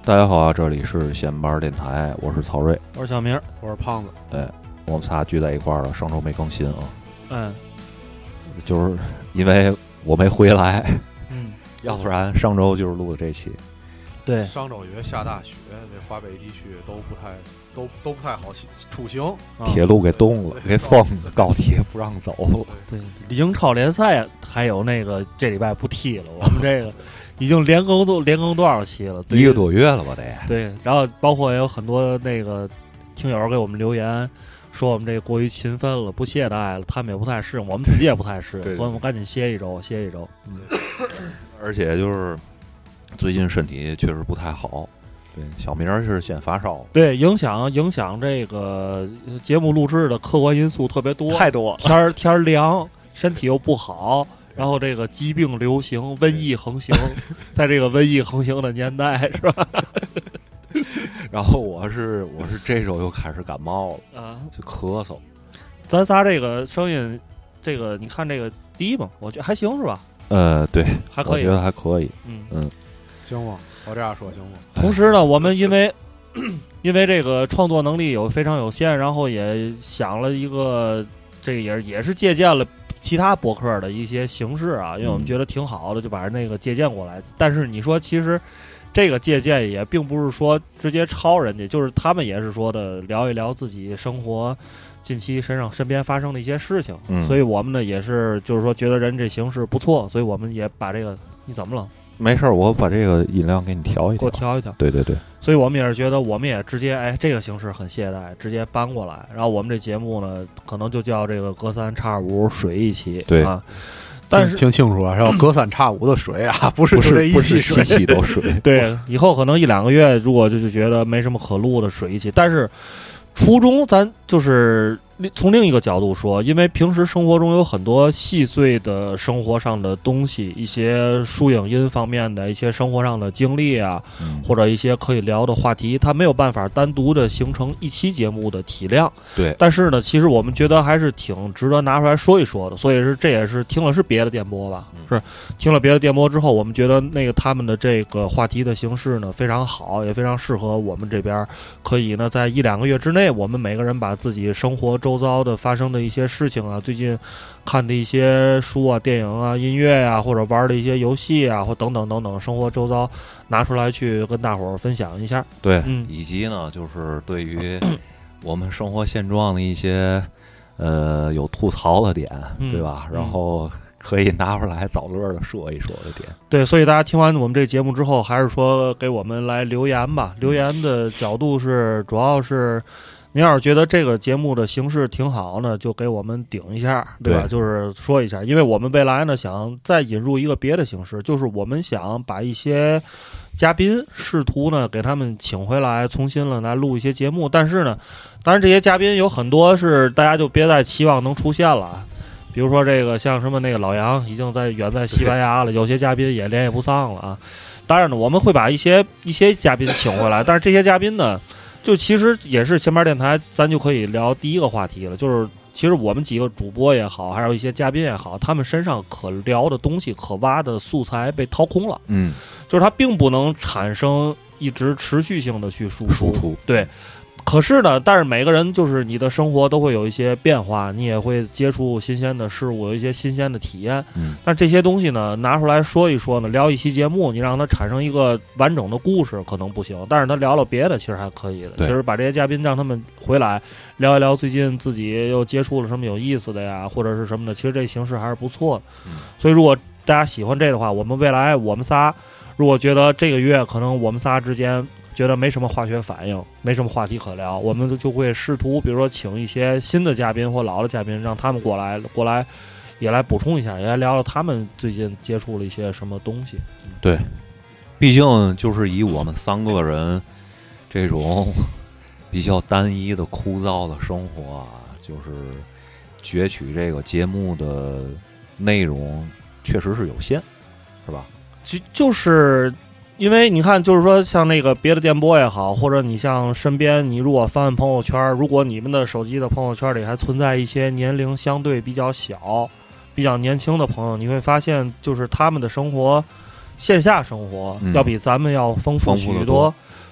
大家好啊，这里是闲班电台，我是曹睿， 我是小明， 我是胖子。 对，我们仨聚在一块儿了，上周没更新啊，就是因为我没回来，要不然上周就是录的这期。 对， 上周因为下大雪，这华北地区都不太好出行， 铁路给冻了，给封了，高铁不让走了。 对，英超联赛还有那个这礼拜不踢了，我们这个已经连更多少期了 ？1个多月了吧得。 对，然后包括也有很多那个听友给我们留言，说我们这个过于勤奋了，不懈怠了，他们也不太适应，我们自己也不太适应，所以我们赶紧歇一周。 而且就是最近身体确实不太好。对，小明是先发烧， 对，影响这个节目录制的客观因素特别多， 太多。 天凉，身体又不好，然后这个疾病流行，瘟疫横行，在这个瘟疫横行的年代，是吧？ 然后我是这周又开始感冒了啊，就咳嗽。 咱仨这个声音，这个你看这个低吗？我觉得还行，是吧？ 对， 还可以， 我觉得还可以。 行吗？我这样说行吗？ 同时呢，我们因为这个创作能力非常有限，然后也想了一个，这个也是借鉴了其他博客的一些形式啊，因为我们觉得挺好的，就把那个借鉴过来。但是你说，其实这个借鉴也并不是说直接抄人家，就是他们也是说的聊一聊自己生活近期身边发生的一些事情。所以我们呢也是就是说觉得人这形式不错，所以我们也把这个，你怎么了？ 没事，我把这个音量给你调一调， 给我调一调。 对， 所以我们也是觉得，我们也直接这个形式很懈怠，直接搬过来。然后我们这节目呢，可能就叫这个隔三差五水一期， 对啊。但是听清楚啊，是要隔三差五的水啊，不是这一期水， 期期都水。 对，以后可能1-2个月，如果就觉得没什么可录的水一期，但是初衷咱就是从另一个角度说，因为平时生活中有很多细碎的生活上的东西，一些书影音方面的一些生活上的经历啊，或者一些可以聊的话题，它没有办法单独的形成一期节目的体量。 对， 但是呢，其实我们觉得还是挺值得拿出来说一说的。所以这也是听了是别的电波吧，是听了别的电波之后，我们觉得那个他们的这个话题的形式呢非常好，也非常适合我们这边。可以呢，在1-2个月之内，我们每个人把自己生活周遭的发生的一些事情啊，最近看的一些书啊、电影啊、音乐啊，或者玩的一些游戏啊，或等等等等，生活周遭拿出来去跟大伙儿分享一下。 对，以及呢，就是对于我们生活现状的一些有吐槽的点，对吧？然后可以拿出来找乐的说一说的点。 对，所以大家听完我们这节目之后，还是说给我们来留言吧。留言的角度是，主要是您要是觉得这个节目的形式挺好呢，就给我们顶一下，对吧？就是说一下，因为我们未来呢想再引入一个别的形式，就是我们想把一些嘉宾试图呢给他们请回来，重新了来录一些节目。但是呢，当然这些嘉宾有很多是大家就别再期望能出现了。比如说这个像什么那个老杨已经远在西班牙了，有些嘉宾也联系不上了啊。当然呢，我们会把一些嘉宾请回来，但是这些嘉宾呢，就其实也是闲班电台，咱就可以聊第一个话题了，就是其实我们几个主播也好，还有一些嘉宾也好，他们身上可聊的东西、可挖的素材被掏空了，就是他并不能产生一直持续性的去输出，对。可是呢，但是每个人就是你的生活都会有一些变化，你也会接触新鲜的事物，有一些新鲜的体验。但这些东西呢，拿出来说一说呢，聊一期节目，你让它产生一个完整的故事可能不行，但是他聊了别的其实还可以的。其实把这些嘉宾让他们回来聊一聊最近自己又接触了什么有意思的呀，或者是什么的，其实这形式还是不错的。所以如果大家喜欢这的话，我们未来我们仨如果觉得这个月可能我们仨之间觉得没什么化学反应，没什么话题可聊，我们就会试图比如说请一些新的嘉宾或老的嘉宾，让他们过来也来补充一下，也来聊聊他们最近接触了一些什么东西。 对，毕竟就是以我们3个人这种比较单一的枯燥的生活啊，就是攫取这个节目的内容确实是有限，是吧？ 就是因为你看，就是说像那个别的电波也好，或者你像身边，你如果翻朋友圈，如果你们的手机的朋友圈里还存在一些年龄相对比较小、比较年轻的朋友，你会发现，就是他们的生活，线下生活要比咱们要丰富许多。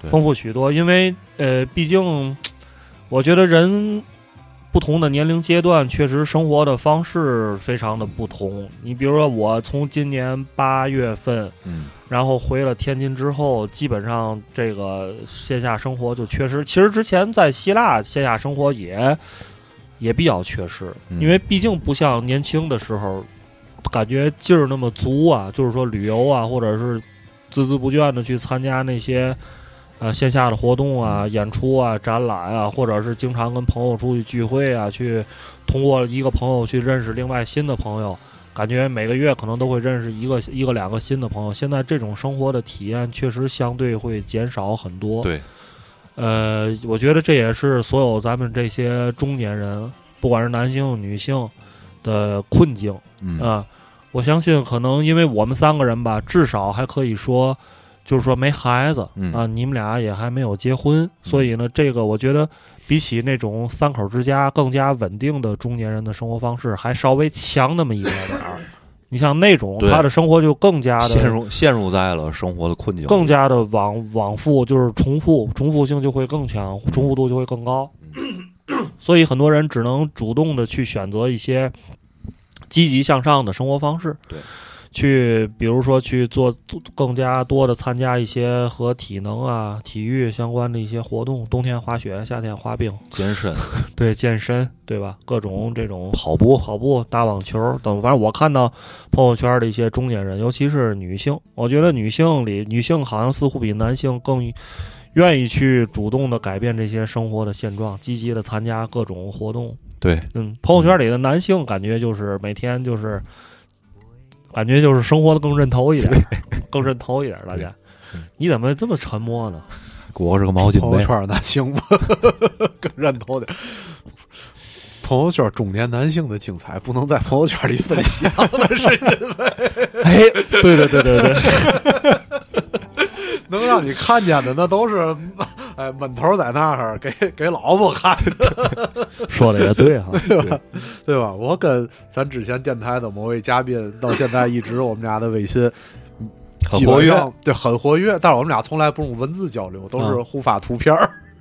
丰富许多。因为毕竟我觉得人不同的年龄阶段，确实生活的方式非常的不同。你比如说，我从今年8月份，然后回了天津之后，基本上这个线下生活就缺失。其实之前在希腊线下生活也比较缺失，因为毕竟不像年轻的时候，感觉劲儿那么足啊，就是说旅游啊，或者是孜孜不倦的去参加那些线下的活动啊、演出啊、展览啊，或者是经常跟朋友出去聚会啊，去通过一个朋友去认识另外新的朋友，感觉每个月可能都会认识一个两个新的朋友。现在这种生活的体验确实相对会减少很多。 对， 我觉得这也是所有咱们这些中年人，不管是男性女性的困境我相信可能因为我们3个人吧，至少还可以说就是说没孩子你们俩也还没有结婚，所以呢这个我觉得比起那种3口之家更加稳定的中年人的生活方式还稍微强那么一点儿你像那种他的生活就更加的陷入在了生活的困境， 更加的往复，就是重复性就会更强，重复度就会更高所以很多人只能主动的去选择一些积极向上的生活方式， 对， 去比如说去做更加多的参加一些和体能啊、体育相关的一些活动，冬天滑雪，夏天滑冰， 健身， 对，健身，对吧？各种这种跑步、 打网球等，反正我看到朋友圈的一些中年人，尤其是女性，我觉得女性好像似乎比男性更愿意去主动的改变这些生活的现状，积极的参加各种活动。 对， 朋友圈里的男性感觉就是每天就是感觉就是生活的更认头一点，更认头一点。大家，你怎么这么沉默呢？ 裹着个毛巾朋友圈男性吧，更认头点。朋友圈中年男性的精彩不能在朋友圈里分享的是因为， 对， 能让你看见的那都是，闷头在那儿给老婆看的。 说的也对哈， 对吧？我跟咱之前电台的某位嘉宾到现在一直我们俩的微信很活跃， 对，很活跃，但是我们俩从来不用文字交流，都是互发图片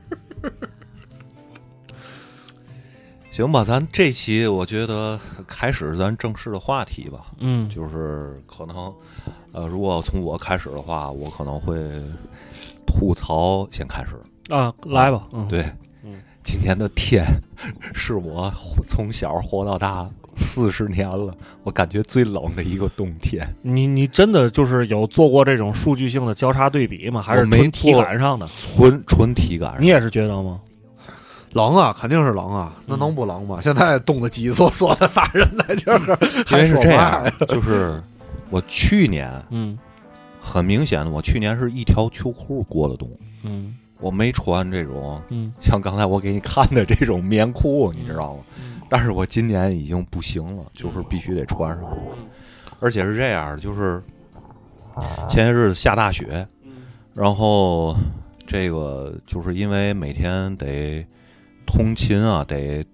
行吧，咱这期我觉得开始咱正式的话题吧。就是可能如果从我开始的话，我可能会吐槽先开始来吧。 对，今年的天是我从小活到大40年了，我感觉最冷的一个冬天。 你真的就是有做过这种数据性的交叉对比吗？还是纯体感上的？ 纯体感上。 你也是觉得吗？ 冷啊，肯定是冷啊，那能不冷吗？现在冻得叽嗦嗦的，3人在这儿， 因为是这样，就是我去年，很明显的，我去年是一条秋裤过的冬，我没穿这种，像刚才我给你看的这种棉裤，你知道吗？但是我今年已经不行了，就是必须得穿上，而且是这样，就是前些日子下大雪，然后这个就是因为每天得通勤啊，得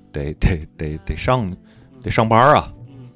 上班啊。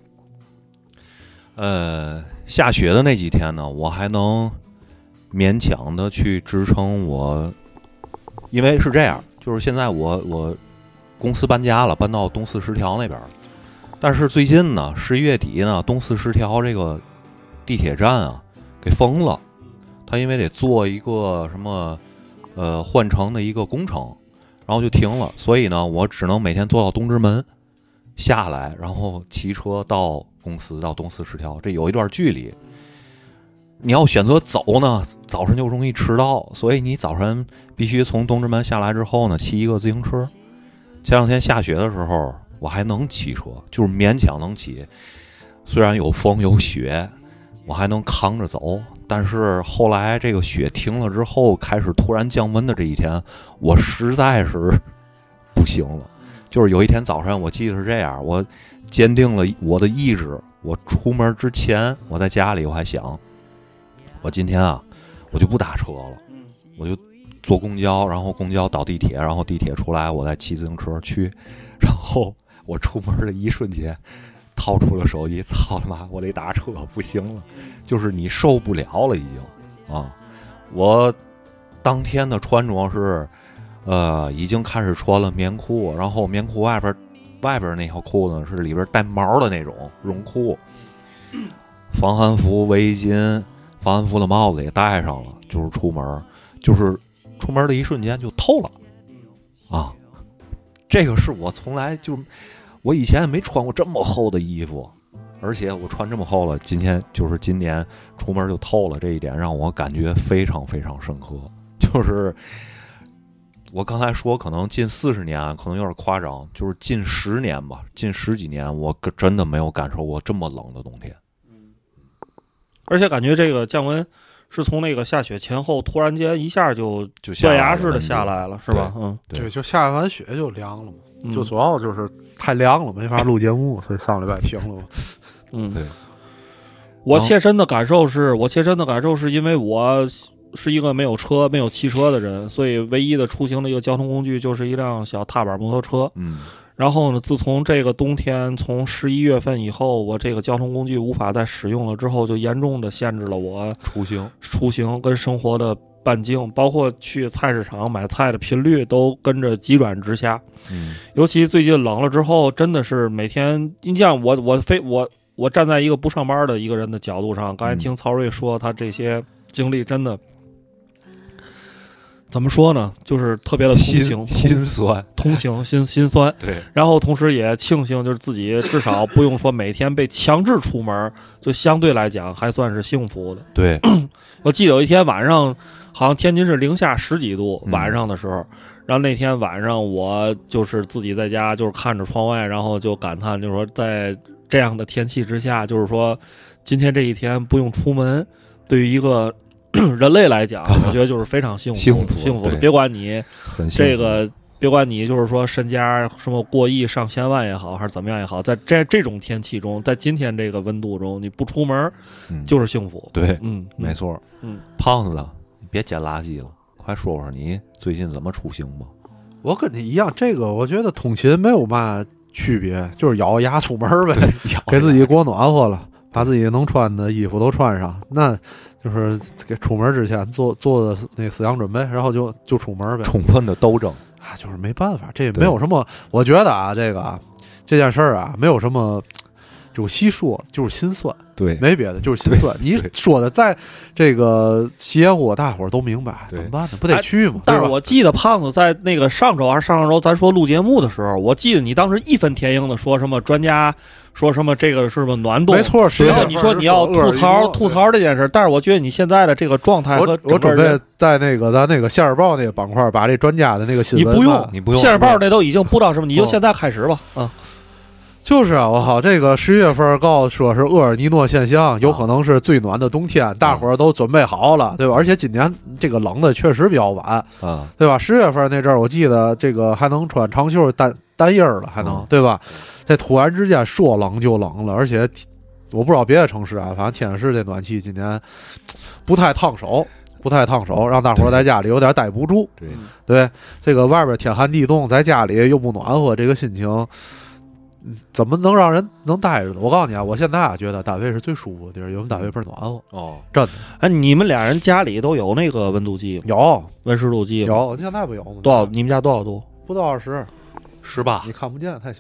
下雪的那几天呢，我还能勉强的去支撑我，因为是这样，就是现在我公司搬家了，搬到东四十条那边了。但是最近呢，11月底呢，东四十条这个地铁站啊给封了，他因为得做一个什么换乘的一个工程。然后就停了，所以呢，我只能每天坐到东直门下来，然后骑车到公司，到东四十条，这有一段距离。你要选择走呢，早晨就容易迟到，所以你早晨必须从东直门下来之后呢，骑一个自行车。前两天下雪的时候，我还能骑车，就是勉强能骑，虽然有风有雪，我还能扛着走。但是后来这个雪停了之后，开始突然降温的这一天，我实在是不行了。就是有一天早上，我记得是这样，我坚定了我的意志。我出门之前，我在家里我还想，我今天啊，我就不打车了，我就坐公交，然后公交到地铁，然后地铁出来，我再骑自行车去。然后我出门的一瞬间，掏出了手机，操他妈，我得打车，不行了，就是你受不了了已经啊！我当天的穿着是，已经开始穿了棉裤，然后棉裤外边那条裤子是里边带毛的那种绒裤，防寒服、围巾、防寒服的帽子也戴上了，就是出门的一瞬间就透了啊！这个是我从来我以前也没穿过这么厚的衣服。而且我穿这么厚了，今年出门就透了，这一点让我感觉非常非常深刻。就是我刚才说可能近40年可能有点夸张，就是近10年吧，近10几年我真的没有感受过这么冷的冬天。 而且感觉这个降温是从那个下雪前后突然间一下就断崖式的下来了，是吧？ 对，就下完雪就凉了嘛，就主要就是太凉了，没法录节目，所以上礼拜停了嘛。 对。 我切身的感受是因为我是一个没有车、没有汽车的人，所以唯一的出行的一个交通工具就是一辆小踏板摩托车。然后呢，自从这个冬天，从11月份以后，我这个交通工具无法再使用了之后，就严重的限制了我出行跟生活的半径，包括去菜市场买菜的频率都跟着急转直下。尤其最近冷了之后，真的是每天，你像我站在一个不上班的一个人的角度上，刚才听曹睿说他这些经历，真的。怎么说呢？就是特别的心酸， 心酸。 对， 然后同时也庆幸，就是自己至少不用说每天被强制出门，就相对来讲还算是幸福的。 对， 我记得有一天晚上，好像天津是零下10几度，晚上的时候，然后那天晚上我就是自己在家，就是看着窗外，然后就感叹，就是说在这样的天气之下，就是说今天这一天不用出门，对于一个人类来讲，我觉得就是非常幸福的。别管你就是说身家什么过亿上千万也好，还是怎么样也好，在这种天气中，在今天这个温度中，你不出门就是幸福。 对，没错。胖子的，你别捡垃圾了，快说说你最近怎么出行吧。 我跟你一样，这个我觉得通勤没有嘛区别，就是咬牙出门呗，给自己过暖和了，把自己能穿的衣服都穿上，那就是给出门之前做的那个思想准备，然后就出门呗， 充分的斗争啊，就是没办法，这也没有什么，我觉得啊，这件事儿啊，没有什么就细说，就是心酸， 对， 没别的，就是心酸。你说的在这个邪乎，大伙儿都明白，怎么办呢？不得去吗？ 但是我记得胖子在那个上周还是上上周，咱说录节目的时候，我记得你当时义愤填膺的说什么专家。说什么这个是什么暖冬？ 没错， 然后你说你要吐槽这件事，但是我觉得你现在的这个状态和我准备在那个咱那个《现日报》那个板块把这专家的那个新闻， 你不用《现日报》那都已经不知道什么，你就现在开始吧。 就是啊，我靠，这个11月份说是厄尔尼诺现象，有可能是最暖的冬天，大伙儿都准备好了，对吧？而且今年这个冷的确实比较晚，对吧？10月份那阵儿，我记得这个还能穿长袖单衣了，还能，对吧？这突然之间说冷就冷了，而且我不知道别的城市啊，反正天津市这暖气今年不太烫手，让大伙儿在家里有点待不住。对，这个外边天寒地冻，在家里又不暖和，这个心情怎么能让人能待着呢？我告诉你啊，我现在啊觉得单位是最舒服的地儿，因为我们单位倍儿暖和哦， 真的。 哎，你们俩人家里都有那个温度计吗？ 有温湿度计吗？ 有，现在不有吗？ 多少？你们家多少度？ 不到20，18，你看不见，太小。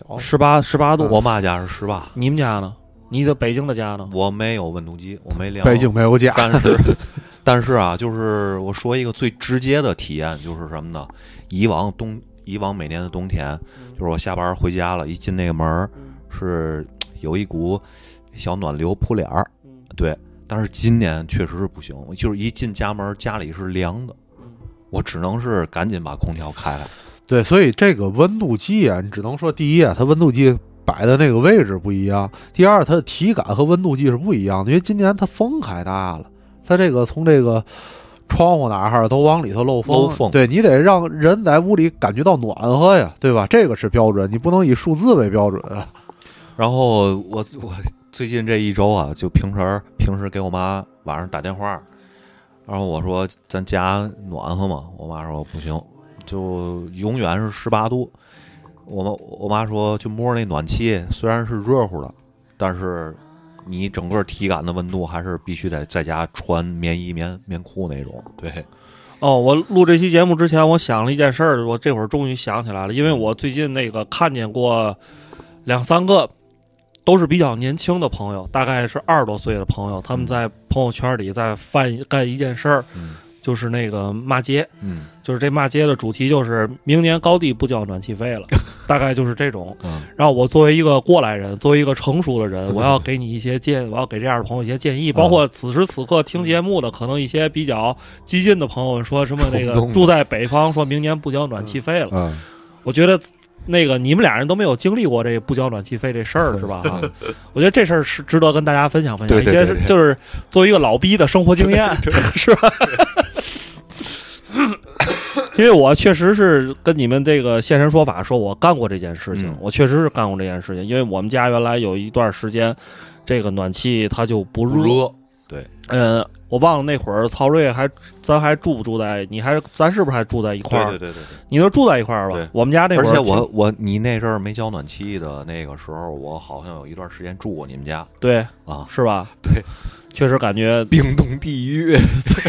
18度。 我妈家是18。 你们家呢？你的北京的家呢？ 我没有温度计，我没量。 北京没有家， 但是啊，就是我说一个最直接的体验，就是什么呢？以往每年的冬天，就是我下班回家了，一进那个门是有一股小暖流扑脸儿，对。但是今年确实是不行，就是一进家门，家里是凉的，我只能是赶紧把空调开来。 对，所以这个温度计啊，你只能说第一啊，它温度计摆的那个位置不一样；第二，它的体感和温度计是不一样的，因为今年它风开大了，它这个从这个窗户哪儿都往里头漏风，对，你得让人在屋里感觉到暖和呀，对吧？这个是标准，你不能以数字为标准。 然后我最近这一周啊，就平时给我妈晚上打电话，然后我说咱家暖和吗？我妈说不行。就永远是18度，我妈说就摸那暖气，虽然是热乎的，但是你整个体感的温度还是必须得在家穿棉衣棉裤那种。对， 哦，我录这期节目之前，我想了一件事儿，我这会儿终于想起来了，因为我最近那个看见过2-3个都是比较年轻的朋友，大概是20多岁的朋友，他们在朋友圈里在干一件事儿，就是那个骂街，就是这骂街的主题就是明年高低不交暖气费了，大概就是这种。然后我作为一个过来人，作为一个成熟的人，我要给你一些我要给这样的朋友一些建议，包括此时此刻听节目的可能一些比较激进的朋友说什么那个住在北方，说明年不交暖气费了。我觉得那个你们俩人都没有经历过这不交暖气费这事儿，是吧？我觉得这事儿是值得跟大家分享一些，就是作为一个老逼的生活经验，是吧？因为我确实是跟你们这个现身说法，说我干过这件事情，我确实是干过这件事情。因为我们家原来有一段时间，这个暖气它就不热。 对， 我忘了那会儿曹睿咱还住不住在？咱是不是还住在一块儿？ 对， 你都住在一块儿吧？我们家那会儿， 而且你那阵儿没交暖气的那个时候，我好像有一段时间住过你们家。 对啊， 是吧？ 对， 确实感觉冰冻地狱。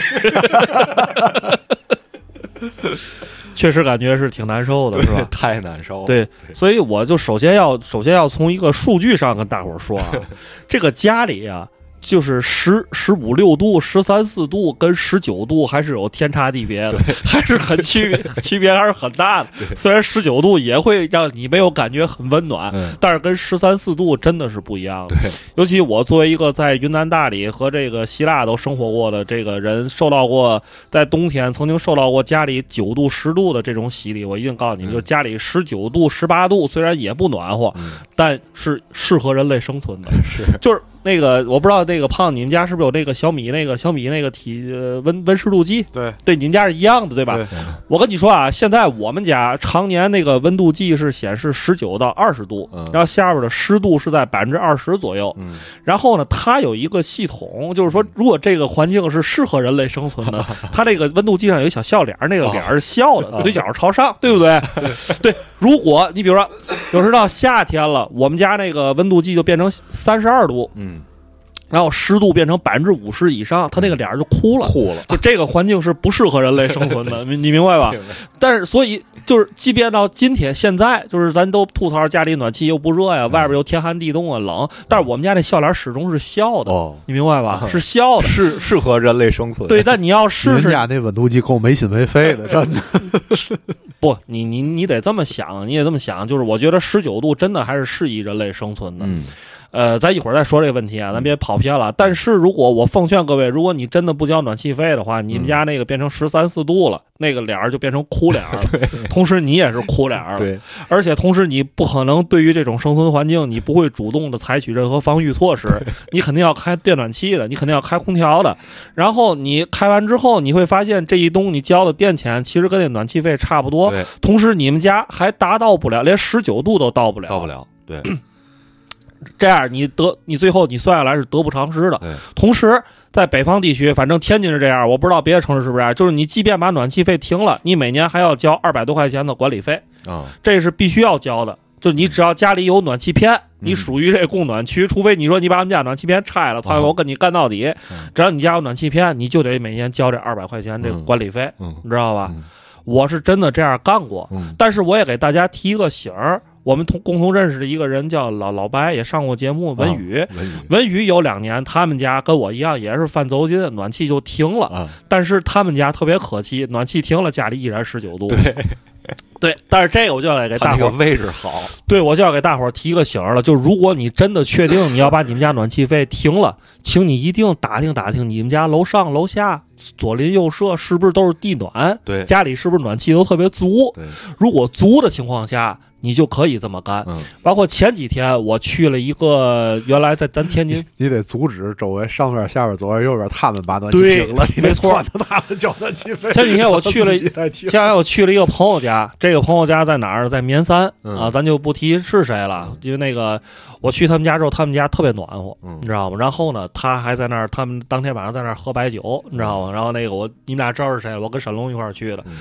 确实感觉是挺难受的，是吧？ 太难受了。 对，所以我就首先要从一个数据上跟大伙儿说啊，这个家里啊，就是15、16度、13、14度跟19度还是有天差地别的，还是很区别还是很大的。虽然19度也会让你没有感觉很温暖，但是跟13、14度真的是不一样的。尤其我作为一个在云南大理和这个希腊都生活过的这个人，受到过在冬天曾经受到过家里9度、10度的这种洗礼，我一定告诉你，就是家里19度、18度虽然也不暖和，但是适合人类生存的。就是那个我不知道那个胖，你们家是不是有那个小米那个温湿度计？对，你们家是一样的对吧？对，我跟你说啊，现在我们家常年那个温度计是显示19到20度，然后下边的湿度是在20%左右。然后呢，它有一个系统，就是说如果这个环境是适合人类生存的，它那个温度计上有一小笑脸，那个脸是笑的，嘴角朝上，对不对？对，如果你比如说有时到夏天了，我们家那个温度计就变成32度，然后湿度变成50%以上，他那个脸就哭了。就这个环境是不适合人类生存的，你明白吧？但是所以就是，即便到今天现在，就是咱都吐槽家里暖气又不热呀，外边又天寒地冻啊，冷。但是我们家那笑脸始终是笑的，你明白吧？是笑的， 是适合人类生存。 对，但你要试试， 人家那温度计够没心没肺的，真的。 不，你得这么想，就是我觉得19度真的还是适宜人类生存的。咱一会儿再说这个问题啊，咱别跑偏了。但是如果我奉劝各位，如果你真的不交暖气费的话，你们家那个变成13、14度了，那个脸就变成哭脸了，同时你也是哭脸了， 对， 而且同时你不可能对于这种生存环境，你不会主动的采取任何防御措施，你肯定要开电暖气的，你肯定要开空调的。然后你开完之后，你会发现这一冬你交的电钱其实跟那暖气费差不多，同时你们家还达到不了，连19度都到不了， 对。 这样你最后你算下来是得不偿失的。同时在北方地区，反正天津是这样，我不知道别的城市是不是这样，就是你即便把暖气费停了，你每年还要交200多块钱的管理费这是必须要交的。就你只要家里有暖气片，你属于这供暖区，除非你说你把我们家暖气片拆了，我跟你干到底，只要你家有暖气片，你就得每年交这200块钱这个管理费，你知道吧？我是真的这样干过，但是我也给大家提一个醒儿。我们共同认识的一个人叫老白，也上过节目，文宇。文宇有2年，他们家跟我一样也是犯走心，暖气就停了。但是他们家特别可气，暖气停了，家里依然19度。对，但是这个我就要给大伙儿位置好。 对，我就要给大伙儿提个醒了，就如果你真的确定你要把你们家暖气费停了，请你一定打听你们家楼上楼下左邻右舍是不是都是地暖， 对， 家里是不是暖气都特别足。 对， 如果足的情况下，你就可以这么干。包括前几天我去了一个原来在咱天津， 你得阻止周围上边下边左边右边他们把暖气停了，你没错， 他们交暖气费。 前几天我去了一个朋友家，这个朋友家在哪儿？在绵三啊，咱就不提是谁了，因为那个我去他们家之后，他们家特别暖和，你知道吗？然后呢，他还在那儿，他们当天晚上在那儿喝白酒，你知道吗？然后那个你们俩知道是谁？我跟沈龙一块儿去的。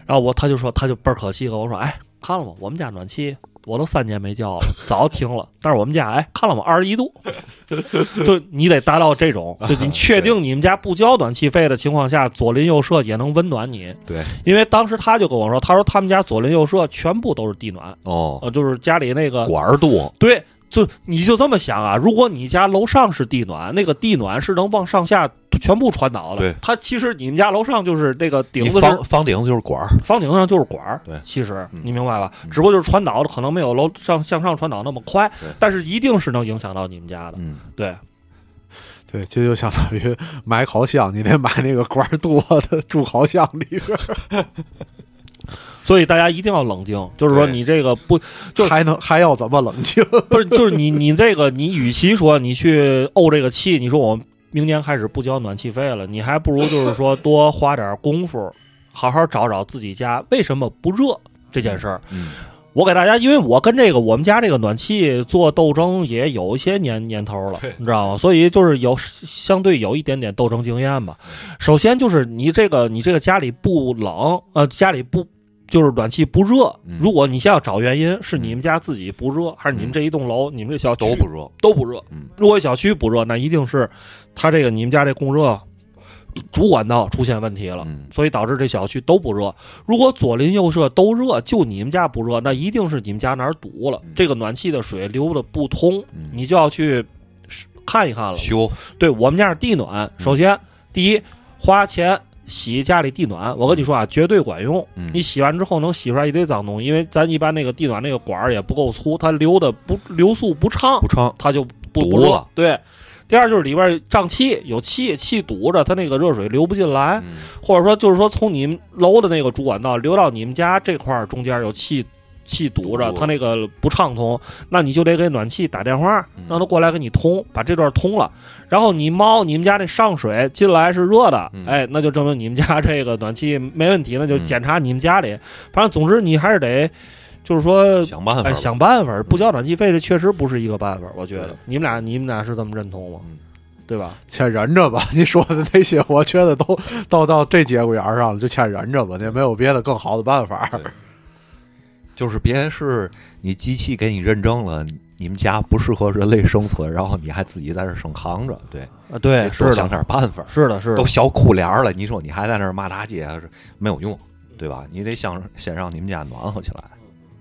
然后他就倍儿可惜和我说，哎，看了吗？我们家暖气我都3年没交了，早停了。但是我们家看了吗？21度，就你得达到这种，就你确定你们家不交暖气费的情况下，左邻右舍也能温暖你。 对， 因为当时他就跟我说，他说他们家左邻右舍全部都是地暖就是家里那个管儿多， 对。就你就这么想啊，如果你家楼上是地暖，那个地暖是能往上下全部传导的。 对， 它其实你们家楼上就是那个顶子房顶就是管儿， 房顶上就是管儿。 对， 其实你明白吧？只不过就是传导的可能没有楼上向上传导那么快，但是一定是能影响到你们家的。对。 对，这就相当于买烤箱，你得买那个管多的住烤箱里边。 所以大家一定要冷静，就是说你这个不就还要怎么冷静？ 不是，就是你这个你与其说你去怄这个气，你说我明年开始不交暖气费了，你还不如就是说多花点功夫，好好找找自己家为什么不热这件事儿。我给大家，因为我跟我们家这个暖气做斗争也有一些年头了，你知道吗？所以就是相对有一点点斗争经验吧。首先就是你这个家里不冷，家里不。就是暖气不热，如果你先要找原因，是你们家自己不热，还是你们这一栋楼、你们这小区都不热？如果小区不热，那一定是它这个你们家这供热主管道出现问题了，所以导致这小区都不热。如果左邻右舍都热，就你们家不热，那一定是你们家哪儿堵了，这个暖气的水流的不通，你就要去看一看了。 修。 对，我们家是地暖，首先第一花钱。洗家里地暖，我跟你说啊，绝对管用。你洗完之后能洗出来一堆脏东西，因为咱一般那个地暖那个管儿也不够粗，它流速不畅，它就不热。对。第二就是里边胀气，有气堵着，它那个热水流不进来，或者说就是说从你们楼的那个主管道流到你们家这块中间有气堵着，它那个不畅通，那你就得给暖气打电话，让他过来给你通，把这段通了。然后你们家那上水进来是热的，那就证明你们家这个暖气没问题，那就检查你们家里。反正总之你还是得，就是说想办法，不交暖气费这确实不是一个办法。我觉得你们俩是这么认同吗？对吧？ 先忍着吧，你说的那些，我觉得都到这节骨眼上了，就先忍着吧，也没有别的更好的办法。 就是别是你机器给你认证了，你们家不适合人类生存，然后你还自己在这生扛着， 对，是想点办法， 是的， 都小哭帘了，你说你还在那骂大街，没有用，对吧？你得先让你们家暖和起来，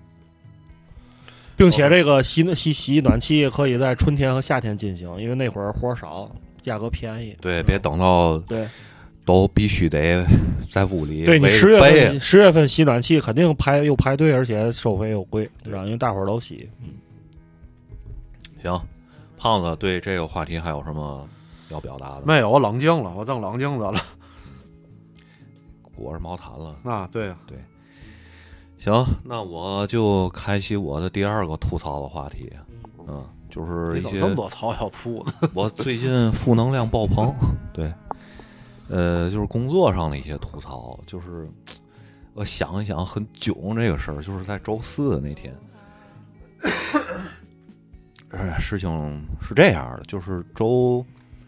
并且这个洗暖气可以在春天和夏天进行，因为那会儿活少，价格便宜。 对，别等到都必须得在屋里。 对，你10月份洗暖气肯定又排队，而且收费又贵，对吧？因为大伙儿都洗。 行，胖子对这个话题还有什么要表达的？ 没有，我冷静了，我正冷静着了。 裹着毛毯了。 对。 行，那我就开启我的第二个吐槽的话题。就是一些这么多槽要吐呢。 我最近负能量爆棚，对。就是工作上的一些吐槽，就是我想一想很囧这个事儿，就是在周4那天，事情是这样的，就是周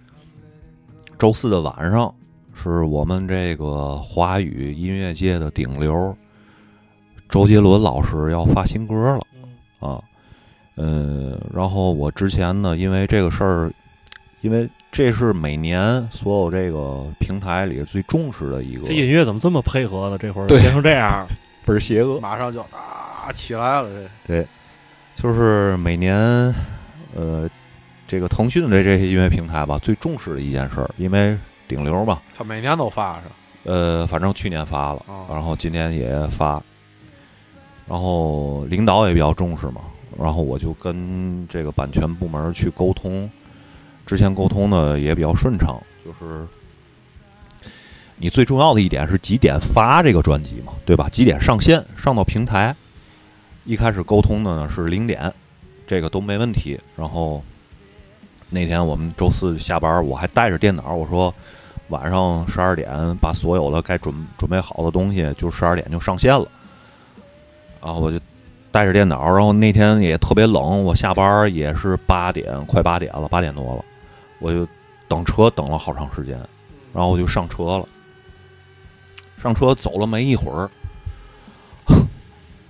4的晚上，是我们这个华语音乐界的顶流周杰伦老师要发新歌了啊，然后我之前呢，因为这个事儿，因为这是每年所有这个平台里最重视的一个。 这音乐怎么这么配合呢？这会儿变成这样， 倍儿邪恶， 马上就起来了。 对，就是每年这个腾讯的这些音乐平台吧，最重视的一件事儿，因为顶流嘛， 他每年都发是？ 反正去年发了，然后今年也发，然后领导也比较重视嘛，然后我就跟这个版权部门去沟通。之前沟通的也比较顺畅，就是你最重要的一点是几点发这个专辑嘛，对吧？几点上线上到平台？一开始沟通的呢是0点，这个都没问题。然后那天我们周4下班，我还带着电脑，我说晚上12点把所有的该准备好的东西，就12点就上线了。然后我就带着电脑，然后那天也特别冷，我下班也是8点，快8点了，8点多了。我就等车等了好长时间，然后我就上车了。上车走了没一会儿，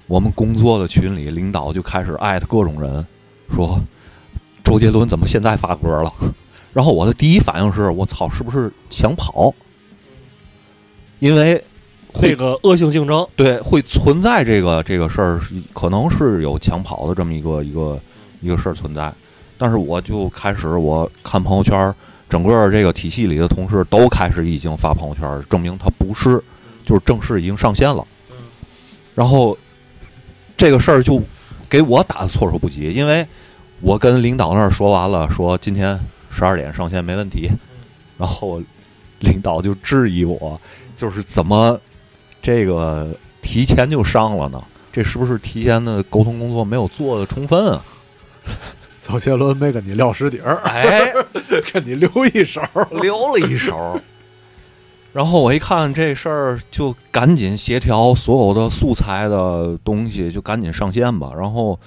我们工作的群里，领导就开始艾特各种人，说周杰伦怎么现在发歌了？然后我的第一反应是我操，是不是抢跑？因为这个恶性竞争， 对，会存在这个事儿，可能是有抢跑的这么一个事儿存在。但是我就开始我看朋友圈，整个这个体系里的同事都开始已经发朋友圈，证明他不是，就是正式已经上线了。然后这个事儿就给我打的措手不及，因为我跟领导那儿说完了，说今天12点上线没问题，然后领导就质疑我，就是怎么这个提前就上了呢？这是不是提前的沟通工作没有做的充分啊？ 周杰伦没跟你撂实底儿， 哎， 跟你留一手， 留了一手。然后我一看这事儿，就赶紧协调所有的素材的东西，就赶紧上线吧。然后，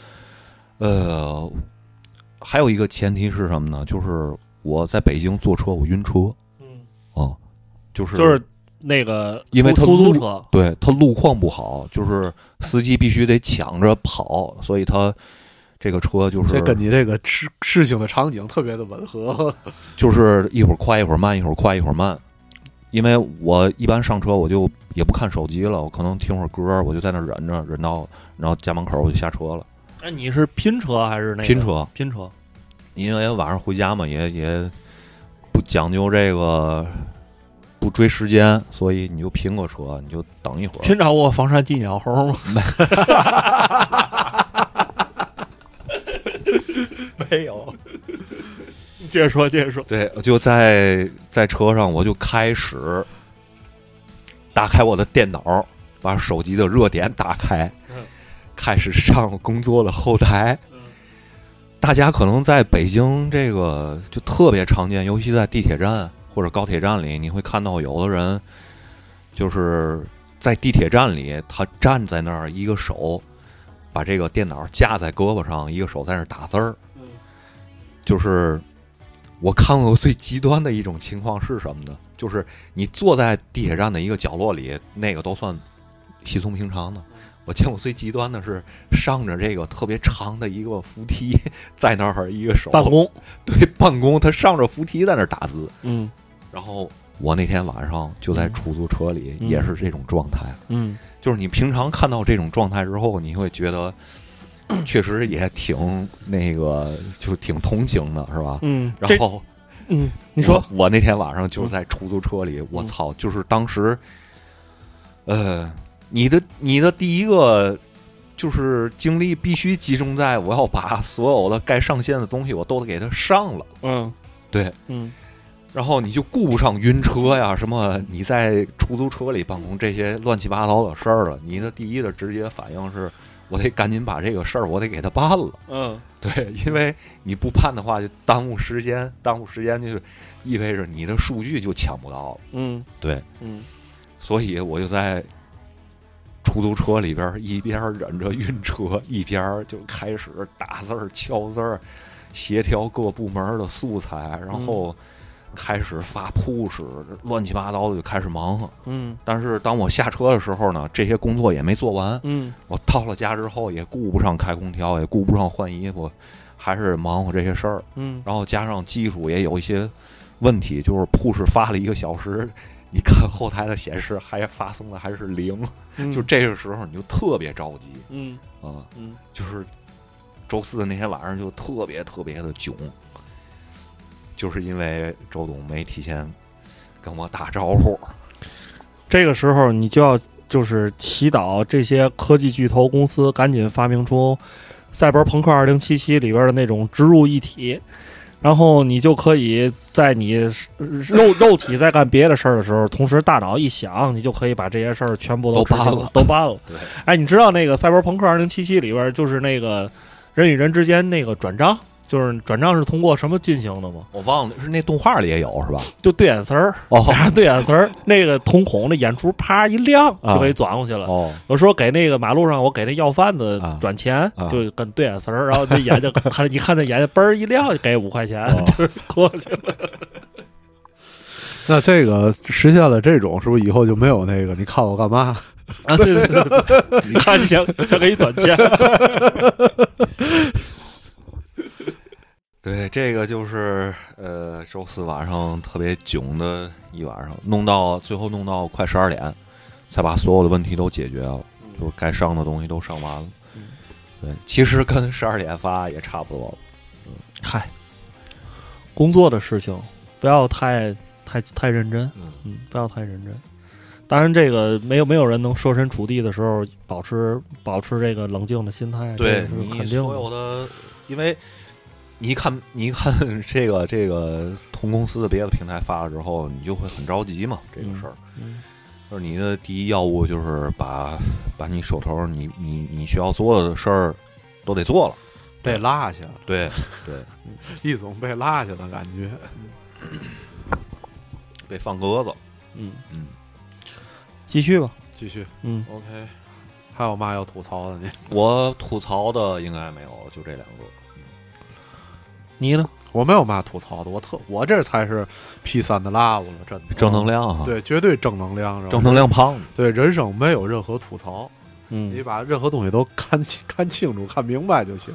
还有一个前提是什么呢？就是我在北京坐车，我晕车。就是那个， 因为他出租车， 对他路况不好，就是司机必须得抢着跑，所以他这个车就是这跟你这个事情的场景特别的吻合，就是一会儿快一会儿慢，一会儿快一会儿慢。因为我一般上车我就也不看手机了，我可能听会儿歌，我就在那忍着，忍到然后家门口我就下车了。 哎，你是拼车还是那个拼车？ 拼车， 因为晚上回家嘛，也不讲究这个。不追时间，所以你就拼个车，你就等一会儿。 拼着过房山金鸟猴吗？ 没有。 接着说，接着说。 对，就在车上，我就开始打开我的电脑，把手机的热点打开，开始上工作的后台。大家可能在北京这个就特别常见，尤其在地铁站。或者高铁站里，你会看到有的人就是在地铁站里，他站在那儿，一个手把这个电脑架在胳膊上，一个手在那儿打字儿。就是我看过最极端的一种情况是什么呢？就是你坐在地铁站的一个角落里，那个都算稀松平常的。我见过最极端的是上着这个特别长的一个扶梯，在那儿一个手办公， 对，办公，他上着扶梯在那儿打字。 然后我那天晚上就在出租车里，也是这种状态。就是你平常看到这种状态之后，你会觉得确实也挺那个，就挺同情的，是吧？然后， 你说我那天晚上就在出租车里，我操，就是当时，你的第一个就是精力必须集中在我要把所有的该上线的东西我都给它上了。对，然后你就顾不上晕车呀，什么你在出租车里办公这些乱七八糟的事儿了。你的第一的直接反应是，我得赶紧把这个事儿我得给它办了。对，因为你不办的话就耽误时间，就是意味着你的数据就抢不到了。对，所以我就在出租车里边一边忍着晕车，一边就开始打字儿、敲字儿，协调各部门的素材，然后开始发 push， 乱七八糟的就开始忙活。但是当我下车的时候呢，这些工作也没做完。我到了家之后也顾不上开空调，也顾不上换衣服，还是忙活这些事儿。然后加上技术也有一些问题，就是 push 发了1个小时，你看后台的显示还发送的还是0，就这个时候你就特别着急。就是周4的那天晚上就特别特别的囧。就是因为周董没提前跟我打招呼， 这个时候你就要就是祈祷这些科技巨头公司赶紧发明出赛博朋克2077里边的那种植入一体，然后你就可以在你肉体在干别的事儿的时候，同时大脑一想，你就可以把这些事儿全部都办了。 对， 哎，你知道那个赛博朋克2077里边就是那个人与人之间那个转账？就是转账是通过什么进行的吗？ 我忘了，是那动画里也有是吧？ 就对眼丝儿，对眼丝儿，那个瞳孔的眼珠啪一亮就给转过去了。有时候给那个马路上我给那要饭的转钱，就跟对眼丝儿，然后那眼睛你看那眼睛嘣儿一亮，给5块钱，就过去了。 那这个实现了这种，是不是以后就没有那个你看我干嘛啊？对对对，你看你想给你短钱。 对，这个就是周四晚上特别囧的一晚上，最后弄到快12点，才把所有的问题都解决了，就是该上的东西都上完了。对，其实跟12点发也差不多了。 嗨，工作的事情不要太认真，不要太认真。当然，这个没有人能设身处地的时候保持这个冷静的心态， 对， 是肯定的。 所有的，因为你看这个同公司的别的平台发了之后，你就会很着急嘛，这个事儿。就是你的第一要务就是把你手头你需要做的事儿都得做了， 被落下。 对， 一种被落下的感觉， 被放鸽子。 继续吧， 继续。 OK。 还有嘛要吐槽的呢？ 我吐槽的应该没有，就这2个。 你呢？ 我没有嘛吐槽的，我这才是 P3 的 love 了，真的正能量啊！ 对，绝对正能量， 正能量胖子。 对，人生没有任何吐槽， 你把任何东西都看清楚、看明白就行。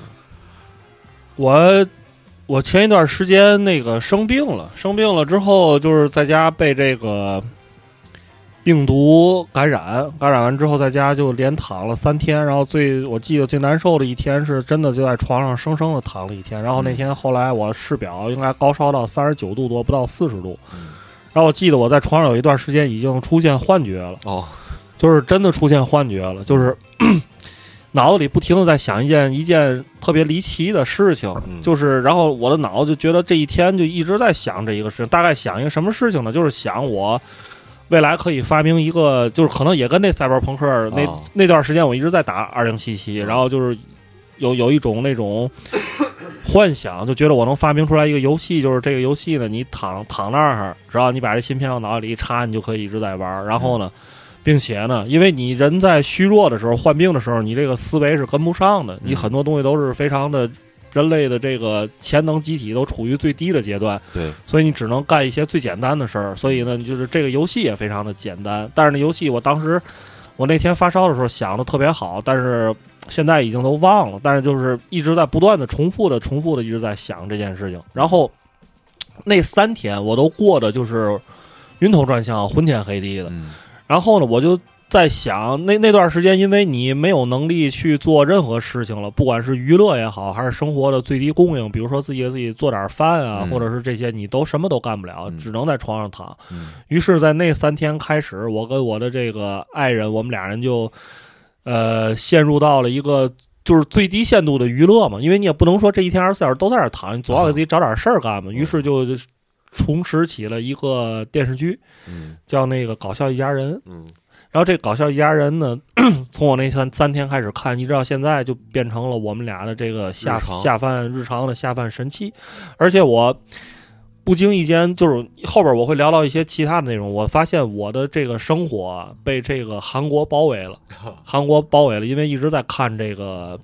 我前一段时间那个生病了之后，就是在家被这个病毒感染完之后，在家就连躺了3天，然后我记得最难受的一天是真的就在床上生生的躺了1天，然后那天后来我试表应该高烧到39度多，不到40度，然后我记得我在床上有一段时间已经出现幻觉了，就是真的出现幻觉了，就是脑子里不停的在想一件特别离奇的事情，就是然后我的脑子就觉得这一天就一直在想这一个事情，大概想一个什么事情呢？就是想我未来可以发明一个，就是可能也跟那赛博朋克那段时间我一直在打2077，然后就是有一种那种幻想，就觉得我能发明出来一个游戏，就是这个游戏呢，你躺那儿，只要你把这芯片往脑子里一插，你就可以一直在玩。然后呢，并且呢，因为你人在虚弱的时候、患病的时候，你这个思维是跟不上的，你很多东西都是非常的。人类的这个潜能机体都处于最低的阶段， 对， 所以你只能干一些最简单的事儿。所以呢，就是这个游戏也非常的简单。但是那游戏，我那天发烧的时候想的特别好，但是现在已经都忘了。但是就是一直在不断的重复的一直在想这件事情。然后那3天我都过得就是晕头转向、昏天黑地的。然后呢，我就在想那段时间，因为你没有能力去做任何事情了，不管是娱乐也好，还是生活的最低供应，比如说自己做点饭啊，或者是这些，你都什么都干不了，只能在床上躺。于是，在那3天开始，我跟我的这个爱人，我们俩人就陷入到了一个就是最低限度的娱乐嘛，因为你也不能说这一天24小时都在那儿躺，你总要给自己找点事儿干嘛。于是就重拾起了一个电视剧，叫那个《搞笑一家人》。然后这搞笑一家人呢，从我那三天开始看，一直到现在，就变成了我们俩的这个下饭日常的下饭神器。而且我不经意间，就是后边我会聊到一些其他的内容，我发现我的这个生活被这个韩国包围了，因为一直在看这个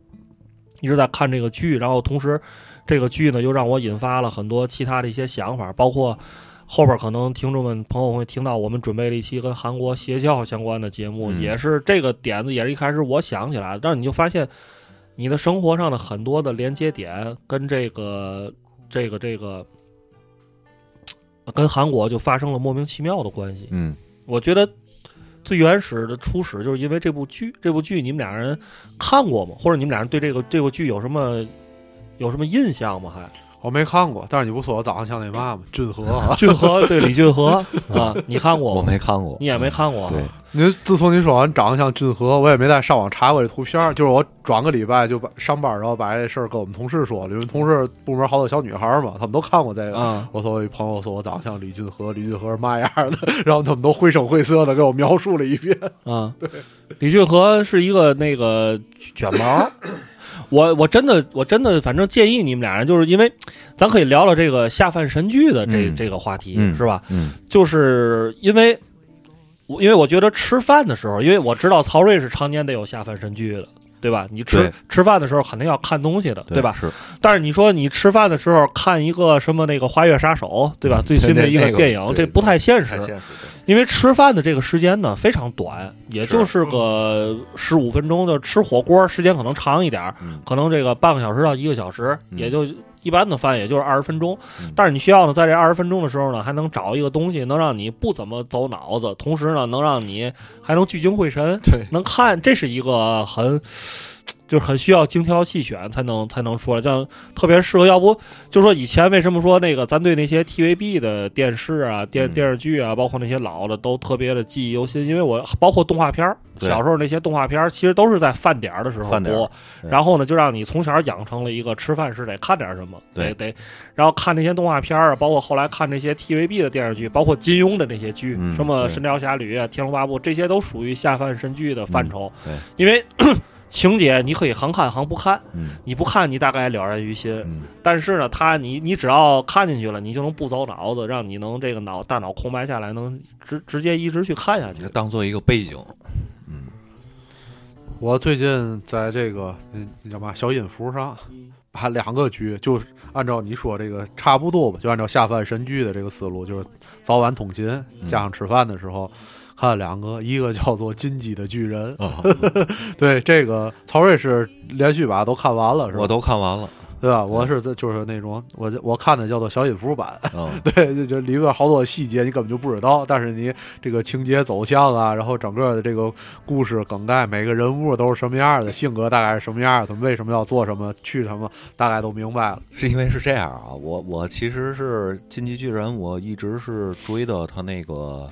剧，然后同时这个剧呢又让我引发了很多其他的一些想法，包括后边可能听众们朋友会听到我们准备了一期跟韩国邪教相关的节目，也是这个点子也是一开始我想起来的，但是你就发现你的生活上的很多的连接点跟这个跟韩国就发生了莫名其妙的关系。我觉得最原始的初始就是因为这部剧你们俩人看过吗？或者你们俩人对这部剧有什么印象吗？还我没看过，但是你不说我长得像那嘛吗？俊河对李俊河啊，你看过吗？ 我没看过， 你也没看过。 对， 自从你说完长得像俊河，我也没再上网查过这图片，就是我转个礼拜就上班，然后把这事儿跟我们同事说，因为同事部门好多小女孩嘛，他们都看过这个。我说我一朋友说我长得像李俊河是嘛样的，然后他们都绘声绘色的给我描述了一遍。对， 李俊河是一个那个卷毛。我真的反正建议你们俩人，就是因为咱可以聊聊这个下饭神剧的这个话题，是吧？就是因为我觉得吃饭的时候，因为我知道曹睿是常年得有下饭神剧的， 对吧？你吃饭的时候肯定要看东西的，对吧？ 是。 但是你说你吃饭的时候看一个什么那个《花月杀手》，对吧？最新的一个电影，这不太现实。因为吃饭的这个时间呢非常短，也就是个15分钟，就吃火锅时间可能长一点，可能这个半个小时到1个小时，也就一般的饭也就是20分钟。但是你需要呢，在这20分钟的时候呢，还能找一个东西能让你不怎么走脑子，同时呢能让你还能聚精会神，能看，这是一个就是很需要精挑细选才能说，这样特别适合。要不就说以前为什么说那个咱对那些 TVB 的电视啊、电视剧啊，包括那些老的都特别的记忆犹新，因为我包括动画片，小时候那些动画片其实都是在饭点的时候播，然后呢就让你从小养成了一个吃饭是得看点什么，得，然后看那些动画片啊，包括后来看那些 TVB 的电视剧，包括金庸的那些剧，什么《神雕侠侣》啊、《天龙八部》，这些都属于下饭神剧的范畴，因为情节你可以横看横不看，你不看你大概了然于心，但是呢，你只要看进去了，你就能不走脑子，让你能这个大脑空白下来，能直接一直去看下去， 当做一个背景。 我最近在这个你知道吗？小音符上把2个剧，就是按照你说这个差不多吧，就按照下饭神剧的这个思路，就是早晚通勤加上吃饭的时候。看2个，一个叫做《进击的巨人》，对，这个曹睿是连续把都看完了，是吧？ 我都看完了， 对吧？我是就是那种我看的叫做小音符版，对，这里边好多细节你根本就不知道，但是你这个情节走向啊，然后整个的这个故事梗概，每个人物都是什么样的，性格大概是什么样的，他们为什么要做什么，去什么，大概都明白了。 是因为是这样啊，我其实是《进击巨人》，我一直是追的他那个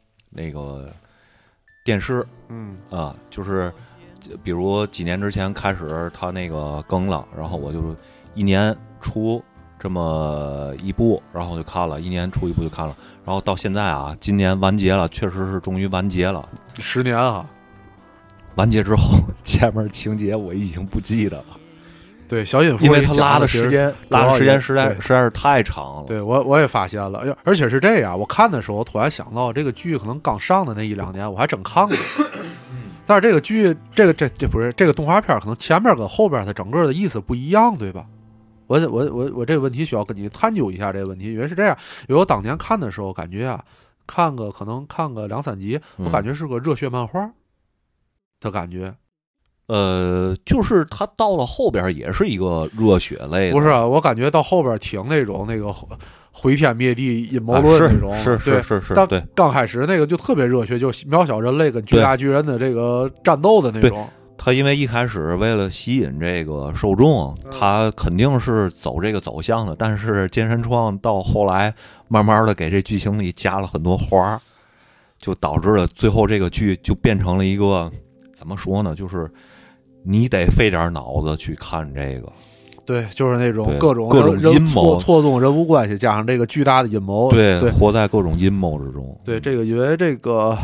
电视，就是比如几年之前开始他那个更了，然后我就1年出这么一部，然后就看了，1年出一部就看了，然后到现在啊，今年完结了，确实是终于完结了 ，10年啊， 完结之后前面情节我已经不记得了。 对，小音符， 因为他拉的时间实在是太长了。 对，我也发现了，而且是这样，我看的时候我突然想到，这个剧可能刚上的那1-2年，我还真看过。但是这个剧，这不是这个动画片，可能前面跟后边它整个的意思不一样，对吧？我这个问题需要跟你探究一下这个问题，因为是这样，因为我当年看的时候，感觉啊，可能看个2-3集，我感觉是个热血漫画的感觉。 就是他到了后边也是一个热血类的， 不是啊？我感觉到后边挺那种那个毁天灭地阴谋论那种， 是。 但刚开始那个就特别热血，就渺小人类跟巨大巨人的这个战斗的那种。 他因为一开始为了吸引这个受众，他肯定是走这个走向的，但是健身创到后来慢慢的给这剧情里加了很多花，就导致了最后这个剧就变成了一个怎么说呢，就是你得费点脑子去看这个， 对，就是那种各种阴谋错综人物关系，加上这个巨大的阴谋， 对，活在各种阴谋之中。 对，这个因为这个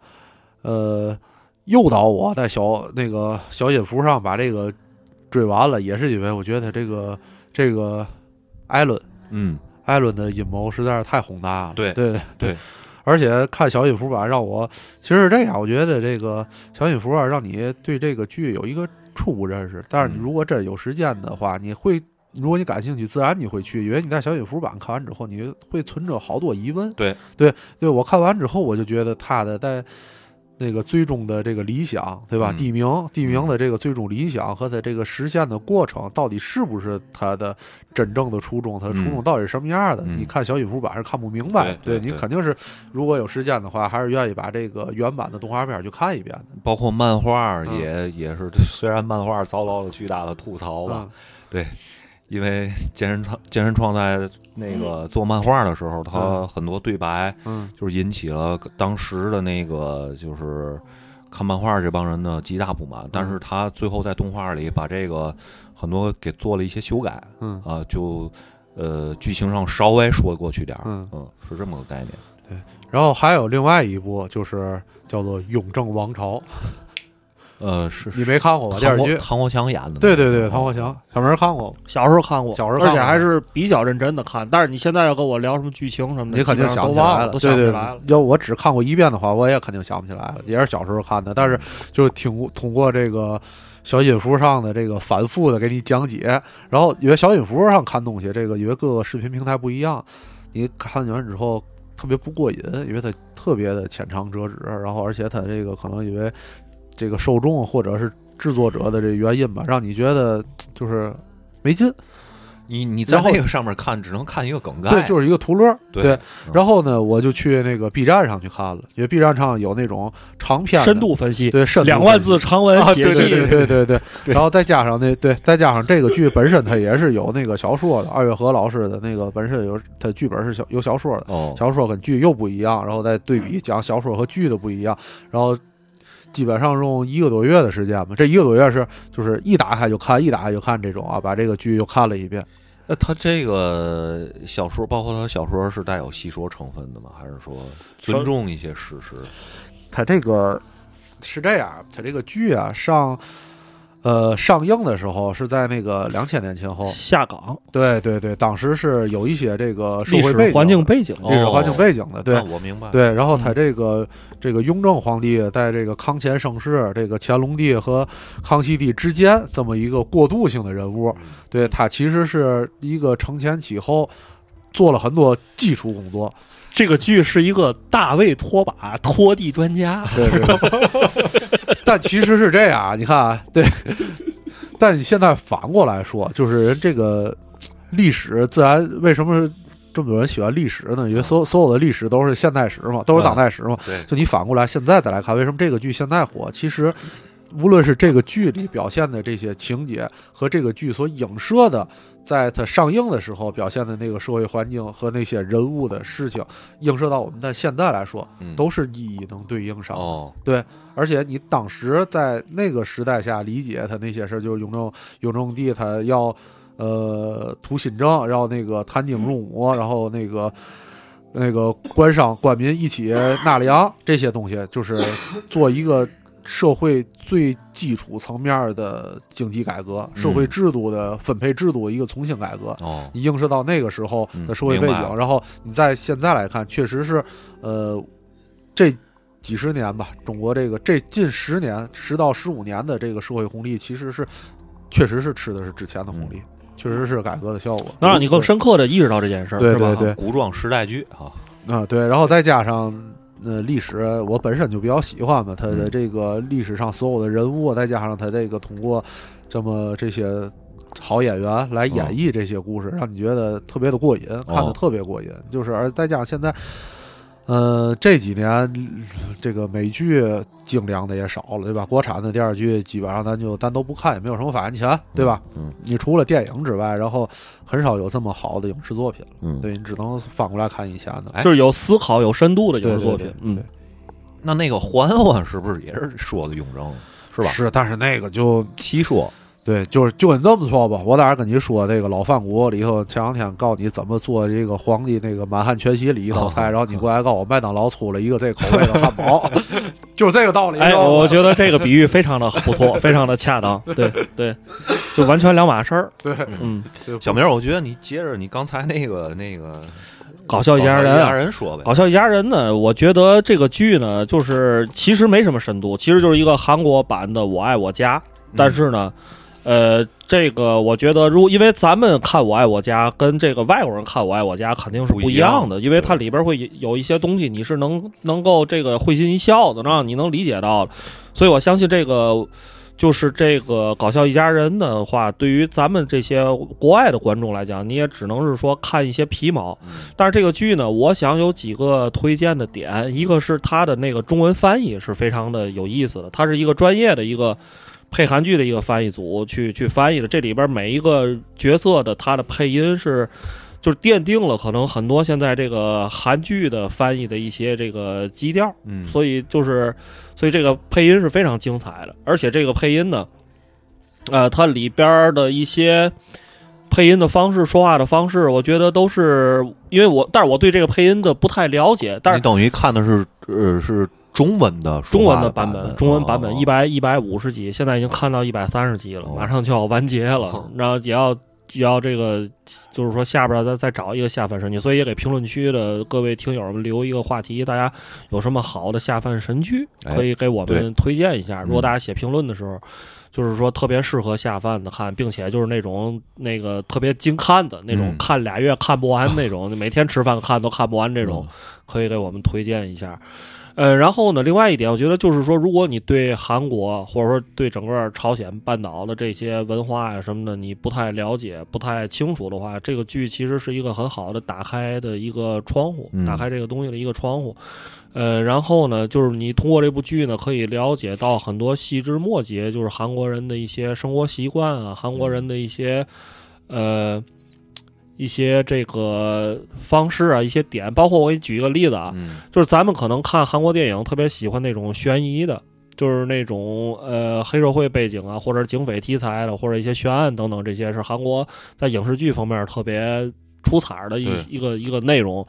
诱导我在小音符上把这个追完了，也是因为我觉得这个艾伦的阴谋实在是太宏大了。对。而且看小音符版让我，其实是这样，我觉得这个小音符啊，让你对这个剧有一个初步认识。但是你如果真有时间的话，如果你感兴趣，自然你会去，因为你在小音符版看完之后，你会存着好多疑问。对，我看完之后，我就觉得他的在那个最终的这个理想，对吧？地名的这个最终理想和它这个实现的过程，到底是不是它的真正的初衷？它的初衷到底是什么样的？你看小音符版是看不明白。对，你肯定是如果有时间的话，还是愿意把这个原版的动画片去看一遍的。 包括漫画也是，虽然漫画遭到了巨大的吐槽吧，对。因为健身创在那个做漫画的时候，他很多对白，就是引起了当时的那个就是看漫画这帮人的极大不满。但是他最后在动画里把这个很多给做了一些修改，就剧情上稍微说过去点，是这么个概念。 对，然后还有另外一部就是叫做《雍正王朝》。 是你没看过吧？电视剧唐国强演的。 对对对，唐国强，小明看过， 小时候看过， 小时候看过， 而且还是比较认真的看。但是你现在要跟我聊什么剧情什么的， 你肯定想不起来了。 都想不起来了。 要我只看过一遍的话，我也肯定想不起来了。也是小时候看的，但是就是通过这个小音符上的这个反复的给你讲解，然后因为小音符上看东西，这个因为各个视频平台不一样，你看完之后特别不过瘾，因为它特别的浅尝辄止，然后而且它这个可能因为这个受众或者是制作者的这原因吧，让你觉得就是没劲。 你在那个上面看，只能看一个梗概， 对，就是一个图乐。 对， 然后呢，我就去那个 B 站上去看了，因为 B 站上有那种长篇深度分析， 对 ，2万字长文解析， 对。然后再加上再加上这个剧本身它也是有那个小说的，二月河老师的那个本身它剧本是有小说的，小说跟剧又不一样，然后再对比讲小说和剧的不一样，然后基本上用1个多月的时间吧，这1个多月是就是一打开就看，一打开就看这种啊，把这个剧又看了一遍。 那他这个小说，包括他小说是带有戏说成分的吗？还是说尊重一些事实？ 他这个是这样，他这个剧啊上映的时候是在那个2000年前后下岗， 对，当时是有一些这个社会历史环境背景的，对， 我明白。 对，然后他这个雍正皇帝在这个康乾盛世、这个乾隆帝和康熙帝之间这么一个过渡性的人物，对，他其实是一个承前启后，做了很多基础工作。 这个剧是一个大卫拖把拖地专家， 对。但其实是这样，你看啊，对。但你现在反过来说，就是人这个历史自然为什么这么多人喜欢历史呢？因为所有的历史都是现代史嘛，都是当代史嘛。 对。 就你反过来现在再来看，为什么这个剧现在火？其实无论是这个剧里表现的这些情节和这个剧所影射的，在它上映的时候表现的那个社会环境和那些人物的事情，映射到我们在现在来说，都是一一能对应上的。对，而且你当时在那个时代下理解他那些事，就是雍正帝他要图新政，要那个谈丁入亩，然后那个官商官民一起纳粮，这些东西就是做一个社会最基础层面的经济改革，社会制度的分配制度一个重新改革，你映射到那个时候的社会背景，然后你在现在来看，确实是这几十年吧，中国这近10年10到15年的这个社会红利，确实是吃的是之前的红利，确实是改革的效果， 能让你更深刻的意识到这件事儿， 对， 古装时代剧对，然后再加上历史我本身就比较喜欢嘛，它的这个历史上所有的人物，再加上它这个通过这些好演员来演绎这些故事，让你觉得特别的过瘾，看得特别过瘾。就是而再加上现在这几年这个美剧精良的也少了，对吧？国产的电视剧基本上咱都不看，也没有什么发言权，对吧？你除了电影之外，然后很少有这么好的影视作品了。对，你只能反过来看以前的， 就是有思考、有深度的影视作品。 对。 那个嬛嬛是不是也是说的雍正，是吧？ 是，但是那个就七说。 对，就跟这么说吧，我在这跟你说，这个老饭骨里头前2天告诉你怎么做这个皇帝那个满汉全席里一道菜，然后你过来告诉我麦当劳出了一个这口味的汉堡，就是这个道理。 我觉得这个比喻非常的不错，非常的恰当。对，就完全两码事儿。 对， 小明，我觉得你接着你刚才那个搞笑一家人说呗。 搞笑一家人呢，我觉得这个剧呢，就是其实没什么深度，其实就是一个韩国版的《我爱我家》，但是呢。这个我觉得，因为咱们看《我爱我家》跟这个外国人看《我爱我家》肯定是不一样的，因为它里边会有一些东西你是能够这个会心一笑的，让你能理解到的。所以我相信这个就是这个搞笑一家人的话，对于咱们这些国外的观众来讲，你也只能是说看一些皮毛。但是这个剧呢，我想有几个推荐的点，一个是它的那个中文翻译是非常的有意思的，它是一个专业的一个。配韩剧的一个翻译组去翻译的，这里边每一个角色的他的配音就是奠定了可能很多现在这个韩剧的翻译的一些这个基调，所以这个配音是非常精彩的，而且这个配音呢，它里边的一些配音的方式、说话的方式，我觉得都是因为但是我对这个配音的不太了解，但是你等于看的是中文的版本，中文版本150集，现在已经看到130集了，马上就要完结了，然后也要这个，就是说下边再找一个下饭神剧，所以也给评论区的各位听友们留一个话题，大家有什么好的下饭神剧可以给我们推荐一下。如果大家写评论的时候，就是说特别适合下饭的看，并且就是那种那个特别精看的那种，看2月看不完那种，每天吃饭看都看不完这种，可以给我们推荐一下。然后呢，另外一点，我觉得就是说，如果你对韩国或者说对整个朝鲜半岛的这些文化呀什么的，你不太了解、不太清楚的话，这个剧其实是一个很好的打开的一个窗户，打开这个东西的一个窗户。然后呢，就是你通过这部剧呢，可以了解到很多细枝末节，就是韩国人的一些生活习惯啊，韩国人的一些这个方式啊，一些点，包括我给你举一个例子啊，就是咱们可能看韩国电影特别喜欢那种悬疑的，就是那种黑社会背景啊，或者警匪题材的，或者一些悬案等等，这些是韩国在影视剧方面特别出彩的一个内容。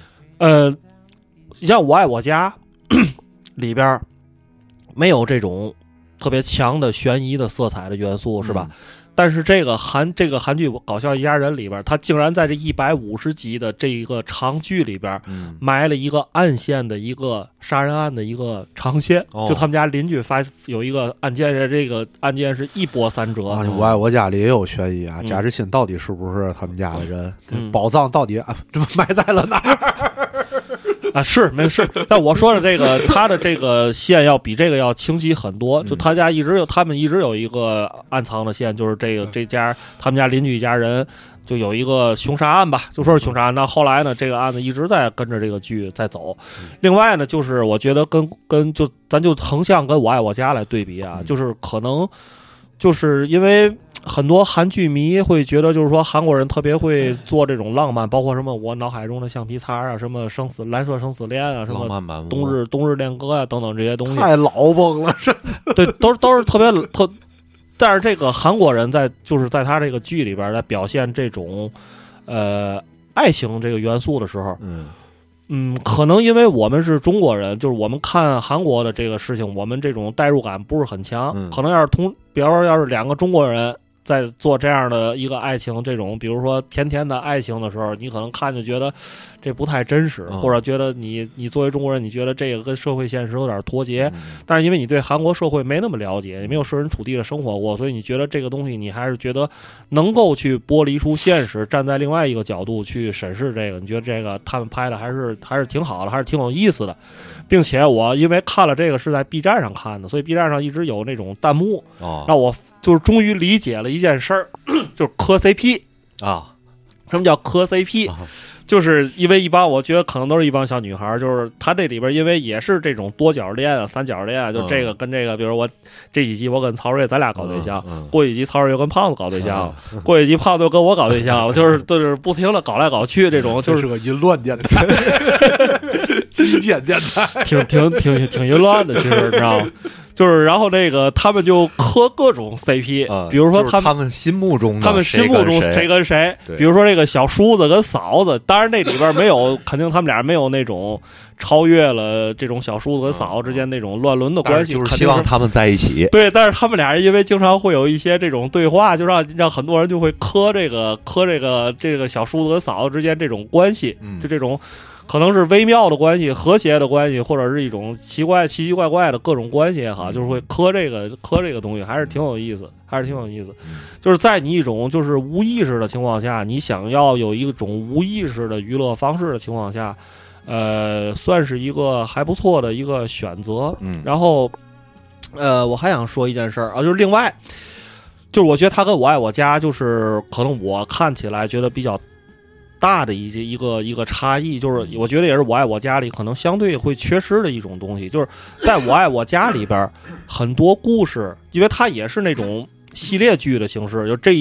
像《我爱我家》里边没有这种特别强的悬疑的色彩的元素，是吧？但是这个韩剧《搞笑一家人》里边，他竟然在这150集的这一个长剧里边，埋了一个暗线的一个杀人案的一个长线。就他们家邻居有一个案件，这个案件是一波三折。 我爱我家里也有悬疑啊，贾志新到底是不是他们家的人？宝藏到底埋在了哪儿？ 啊，是没事，但我说的这个，他的这个线要比这个要清晰很多。就他们一直有一个暗藏的线，就是他们家邻居一家人就有一个凶杀案吧，就说是凶杀案。那后来呢，这个案子一直在跟着这个剧在走。另外呢，就是我觉得咱就横向跟《我爱我家》来对比啊，就是可能就是因为很多韩剧迷会觉得，就是说韩国人特别会做这种浪漫，包括什么我脑海中的橡皮擦啊，什么蓝色生死恋啊，什么冬日恋歌啊等等这些东西， 太老崩了，是。 对，都是特别特。但是这个韩国人在他这个剧里边在表现这种爱情这个元素的时候，可能因为我们是中国人，就是我们看韩国的这个事情，我们这种代入感不是很强。可能比方说要是2个中国人在做这样的一个爱情，这种比如说甜甜的爱情的时候，你可能看就觉得这不太真实，或者觉得你作为中国人，你觉得这个跟社会现实有点脱节。但是因为你对韩国社会没那么了解，也没有设身处地的生活过，所以你觉得这个东西你还是觉得能够去剥离出现实，站在另外一个角度去审视这个，你觉得这个他们拍的还是挺好的，还是挺有意思的。并且我因为看了这个是在 B 站上看的，所以 B 站上一直有那种弹幕，让我就是终于理解了一件事儿，就是磕 CP 啊。什么叫磕 CP？就是因为我觉得可能都是一帮小女孩，就是她这里边因为也是这种多角恋啊、三角恋啊，就这个跟这个，比如我这几集我跟曹睿咱俩搞对象，过几集曹睿又跟胖子搞对象，过几集胖子又跟我搞对象，就是不停的搞来搞去，这种就是个淫乱电台，极简电台， 挺淫乱的，其实你知道吗？就是然后那个他们就磕各种 CP，比如说他们心目中谁跟谁，比如说这个小叔子跟嫂子，当然那里边没有，肯定他们俩没有那种超越了这种小叔子跟嫂子之间那种乱伦的关系， 就是希望他们在一起。 对，但是他们俩人因为经常会有一些这种对话，就让很多人就会磕这个小叔子跟嫂子之间这种关系，就这种。可能是微妙的关系、和谐的关系，或者是一种奇奇怪怪的各种关系也好，就是会磕这个东西，还是挺有意思，就是在你一种就是无意识的情况下，你想要有一种无意识的娱乐方式的情况下，算是一个还不错的一个选择。然后，我还想说一件事儿啊，就是另外，就是我觉得他跟我爱我家，就是可能我看起来觉得比较大的一个差异，就是我觉得也是我爱我家里可能相对会缺失的一种东西，就是在我爱我家里边很多故事，因为它也是那种系列剧的形式，就这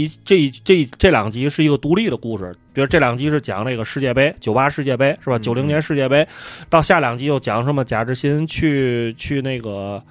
2集是一个独立的故事，比如这2集是讲那个世界杯98世界杯是吧，90年世界杯，到下2集又讲什么贾志新去那个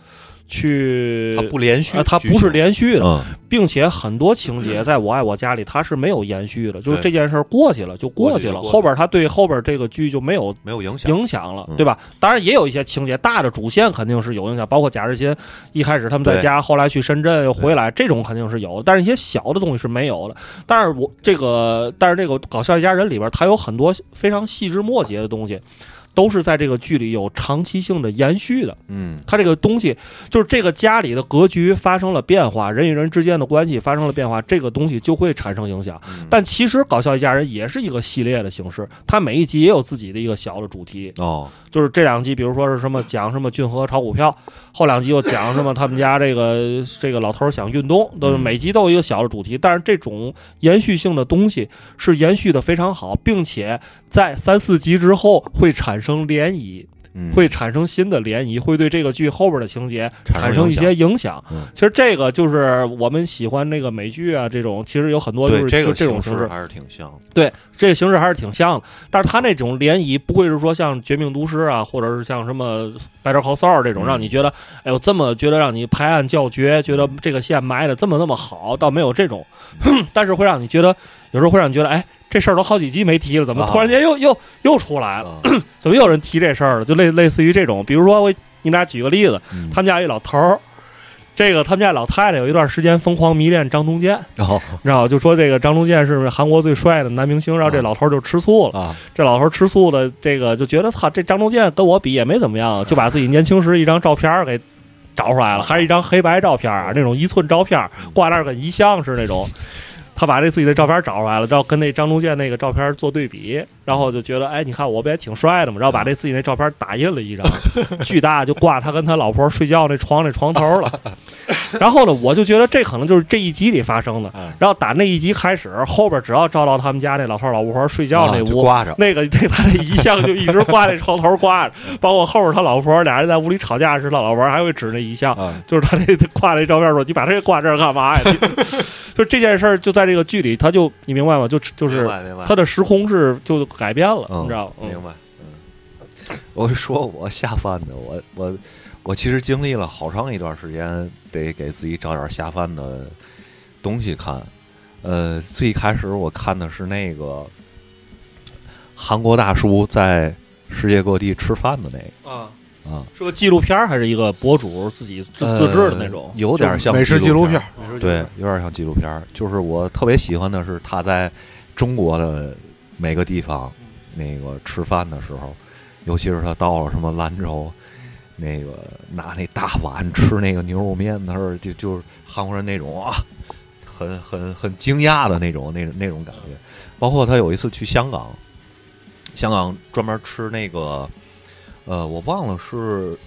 去， 它不连续， 它不是连续的，并且很多情节在我爱我家里它是没有延续的，就是这件事过去了就过去了，后边它对后边这个剧就没有影响了，对吧？当然也有一些情节大的主线肯定是有影响，包括贾志新一开始他们在家，后来去深圳又回来，这种肯定是有的，但是一些小的东西是没有的。但是这个搞笑一家人里边，它有很多非常细枝末节的东西。都是在这个剧里有长期性的延续的，它这个东西就是这个家里的格局发生了变化，人与人之间的关系发生了变化，这个东西就会产生影响。但其实搞笑一家人也是一个系列的形式，它每一集也有自己的一个小的主题就是这2集，比如说是什么讲什么俊和炒股票，后2集又讲什么他们家这个老头想运动，都是每集都有一个小的主题。但是这种延续性的东西是延续的非常好，并且在3、4集之后会产生涟漪，会产生新的涟漪，会对这个剧后边的情节产生一些影响。其实这个就是我们喜欢那个美剧啊，这种其实有很多就是这种形式还是挺像的。 对，这个形式还是挺像的，但是它那种涟漪不会是说像《绝命毒师》啊，或者是像什么《Better Call Saul》这种让你觉得哎呦这么觉得让你拍案叫绝，觉得这个线埋的这么好，倒没有这种，但是会让你觉得有时候会让你觉得哎。这事儿都好几集没提了，怎么突然间又出来了？怎么又有人提这事儿了？就类似于这种，比如说你们俩举个例子，他们家一老头儿，他们家老太太有一段时间疯狂迷恋张东健，然后就说这个张东健是韩国最帅的男明星，然后这老头儿就吃素了。这老头儿吃素的这个就觉得操，这张东健跟我比也没怎么样，就把自己年轻时一张照片给找出来了，还是一张黑白照片啊，那种1寸照片挂那儿跟遗像是那种。他把自己的照片找出来了，然后跟那张东健那个照片做对比，然后就觉得，哎，你看我不也挺帅的嘛？然后把自己那照片打印了一张，巨大，就挂他跟他老婆睡觉那床头了。然后呢，我就觉得这可能就是这一集里发生的。然后打那一集开始，后边只要照到他们家那老头老婆睡觉那屋， 挂着那他那遗像就一直挂在床头挂着，包括后边他老婆俩人在屋里吵架时，他老婆还会指那遗像，就是他那挂那照片说：“你把这个挂这儿干嘛呀？”就这件事儿就在这个剧里，他就你明白吗？就是他的时空是就改变了，你知道吗？ 明白。我说我下饭的，我其实经历了好长一段时间，得给自己找点下饭的东西看。最开始我看的是那个韩国大叔在世界各地吃饭的那个是个纪录片还是一个博主自己自制的那种？ 有点像美食纪录片， 对，有点像纪录片。就是我特别喜欢的是他在中国的每个地方那个吃饭的时候，尤其是他到了什么兰州，那个拿那大碗吃那个牛肉面的时候，就是韩国人那种很惊讶的那种感觉。包括他有一次去香港专门吃那个。我忘了是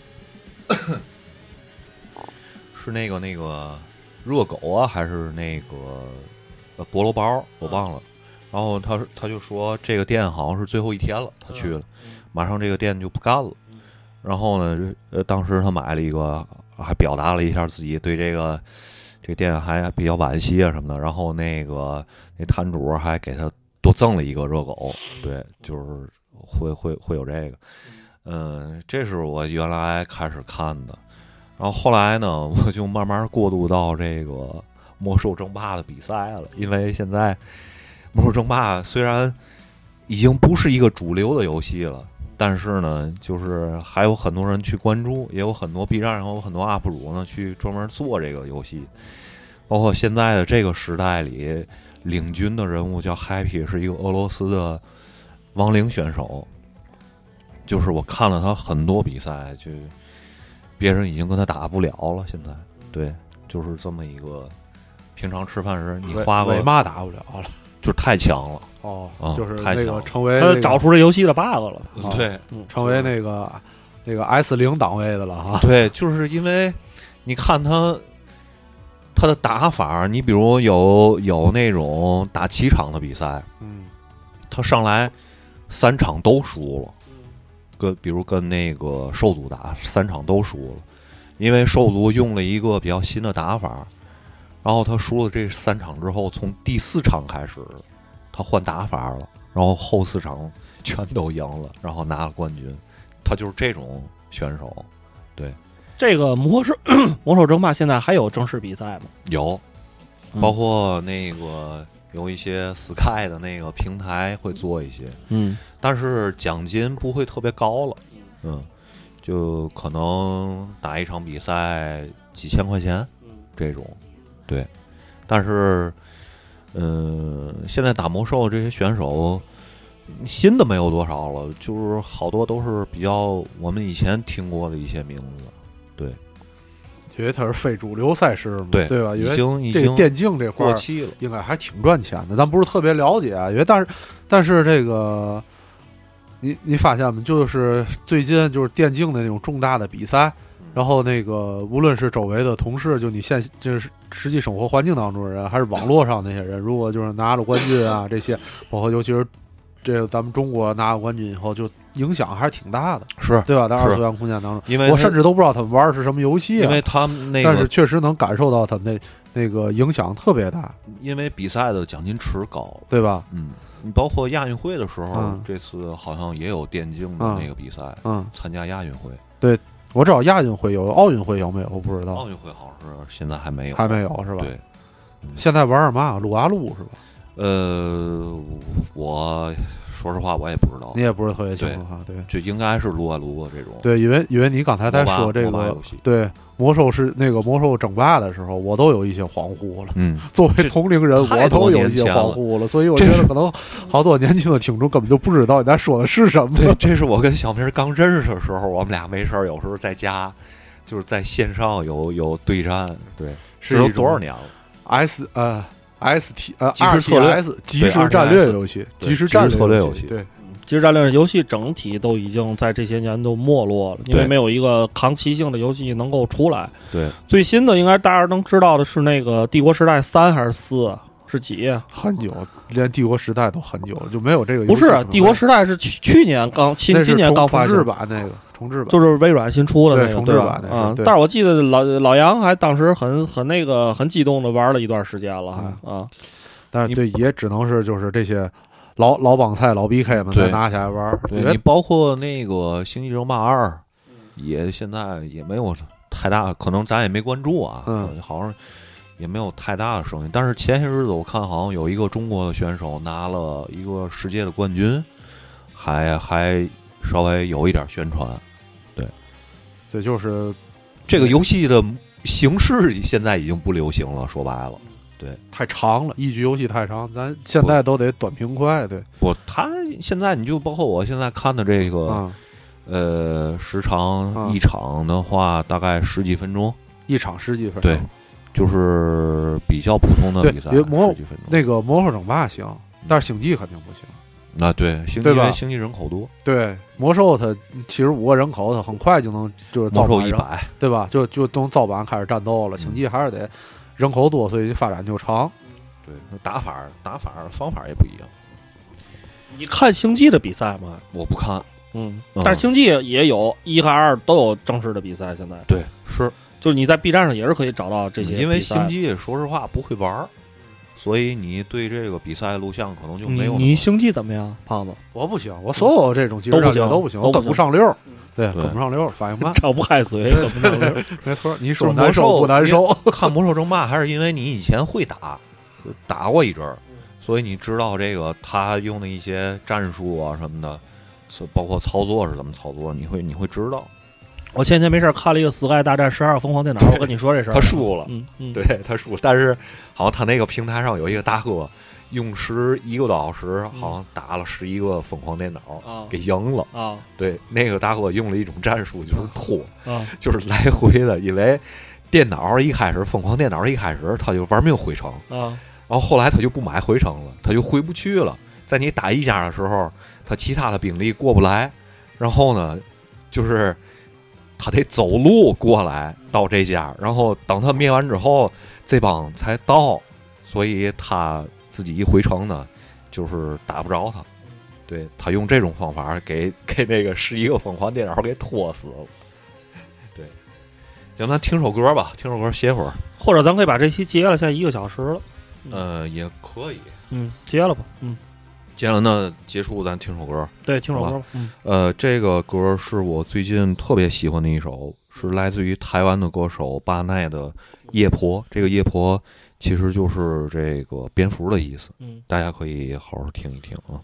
那个热狗啊，还是那个菠萝包，我忘了。然后他就说这个店好像是最后一天了，他去了，马上这个店就不干了。然后呢，当时他买了一个，还表达了一下自己对这个店还比较惋惜啊什么的。然后那摊主还给他多赠了一个热狗，对，就是会有这个。这是我原来开始看的，然后后来呢，我就慢慢过渡到这个魔兽争霸的比赛了。因为现在魔兽争霸虽然已经不是一个主流的游戏了，但是呢，就是还有很多人去关注，也有很多 B 站上有很多 UP 主呢去专门做这个游戏。包括现在的这个时代里，领军的人物叫 Happy， 是一个俄罗斯的亡灵选手。就是我看了他很多比赛，就别人已经跟他打不了了。现在，对，就是这么一个。平常吃饭时，你花个为嘛打不了了？ 就是太强了。 就是那个成为他找出这游戏的 bug 了。 对， 成为那个 S0 档位的了哈。 对，就是因为你看他的打法，你比如有那种打7场的比赛，他上来3场都输了。比如跟那个兽族打3场都输了，因为兽族用了一个比较新的打法，然后他输了这3场之后，从第4场开始他换打法了，然后后4场全都赢了，然后拿了冠军。他就是这种选手，对。 这个魔兽争霸现在还有正式比赛吗？ 有，包括那个有一些 Sky 的那个平台会做一些，但是奖金不会特别高了，就可能打一场比赛几千块钱这种，对。但是，现在打魔兽这些选手新的没有多少了，就是好多都是比较我们以前听过的一些名字，对。 因为它是非主流赛事嘛， 对吧？因为已经这个电竞这块过期了， 应该还挺赚钱的。咱不是特别了解，因为但是这个，你发现吗？就是最近就是电竞的那种重大的比赛，然后那个无论是周围的同事，就你就是实际生活环境当中的人，还是网络上那些人，如果就是拿了冠军啊这些，包括尤其是这个咱们中国拿了冠军以后，就影响还是挺大的， 是对吧？在二次元空间当中， 因为我甚至都不知道他们玩的是什么游戏， 因为他们那个， 但是确实能感受到他们那个影响特别大， 因为比赛的奖金池高， 对吧？ 你包括亚运会的时候，这次好像也有电竞的那个比赛，参加亚运会。 对，我知道亚运会有，奥运会有没有？我不知道。 奥运会好像是现在还没有， 是吧？ 对， 现在玩什么？撸啊撸是吧？ 我说实话我也不知道， 你也不是特别清楚哈。对， 就应该是撸啊撸这种。 对，因为你刚才在说这个对魔兽是那个魔兽争霸的时候，我都有一些恍惚了。作为同龄人，我都有一些恍惚了，所以我觉得可能好多年轻的听众根本就不知道你在说的是什么。 对，这是我跟小明刚认识的时候，我们俩没事有时候在家就是在线上有对战。对， 是有多少年了 ？RTS 即时战略游戏，即时战略游戏，对， 即时战略游戏整体都已经在这些年都没落了，因为没有一个扛旗性的游戏能够出来。 对， 最新的应该大家能知道的是那个《帝国时代3》还是4？是几？ 很久，连《帝国时代》都很久了，就没有这个游戏。 不是，《帝国时代》是去年今年刚发行重制版那个。重制版就是微软新出的那个重制版那个， 但是我记得老杨还当时很那个很激动的玩了一段时间了，还但是对也只能是就是这些老帮菜老 BK 们再拿起来玩。 对，你包括那个《星际争霸2》，也现在也没有太大，可能咱也没关注啊，好像也没有太大的声音。但是前些日子我看好像有一个中国的选手拿了一个世界的冠军，还稍微有一点宣传。 对，就是这个游戏的形式现在已经不流行了，说白了，对， 太长了，一局游戏太长，咱现在都得短平快。对， 他现在你就包括我现在看的这个，时长一场的话，大概10几分钟， 一场10几分钟， 对，就是比较普通的比赛，10几分钟。 那个魔兽争霸行，但是星际肯定不行。 对，星际人口多。 对，魔兽它75个人口，它很快就能就是造版100， 对吧？就从造版开始战斗了。星际还是得人口多，所以发展就长。 对，打法方法也不一样。 你看星际的比赛吗？ 我不看。 但是星际也有1和2都有正式的比赛，现在对是， 就是你在 B 站上也是可以找到这些。 因为星际说实话不会玩。所以你对这个比赛录像可能就没有。 你星际怎么样，胖子？ 我不行，我所有这种即时战略都不行，我跟不上溜。对，跟不上溜，反应慢， 张不开嘴，跟不上溜。 没错，你说难受不难受？ 看魔兽争霸还是因为你以前会打过一阵儿，所以你知道这个他用的一些战术啊什么的，包括操作是怎么操作，你会知道。 我前天没事看了一个 Sky 大战12疯狂电脑，我跟你说这事儿， 他输了，对他输了，但是好像他那个平台上有一个大哥用11个多小时，好像打了11个疯狂电脑，给赢了啊！对，那个大哥用了一种战术，就是拖，就是来回的，因为疯狂电脑一开始他就玩命回城然后后来他就不买回城了，他就回不去了。在你打一家的时候，他其他的兵力过不来，然后呢，就是他得走路过来到这家，然后等他灭完之后，这帮才到，所以他自己一回城呢，就是打不着他。对，他用这种方法给那个11个疯狂电脑给拖死了。对，行，咱听首歌吧，听首歌歇会儿， 或者咱可以把这期截了，现在1个小时了。 也可以。 截了吧。 接下来呢，结束咱听首歌。 对，听首歌。 这个歌是我最近特别喜欢的一首，是来自于台湾的歌手巴奈的《夜婆》。这个夜婆其实就是这个蝙蝠的意思。大家可以好好听一听啊。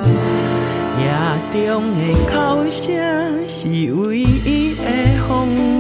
中的哭声是唯一的风。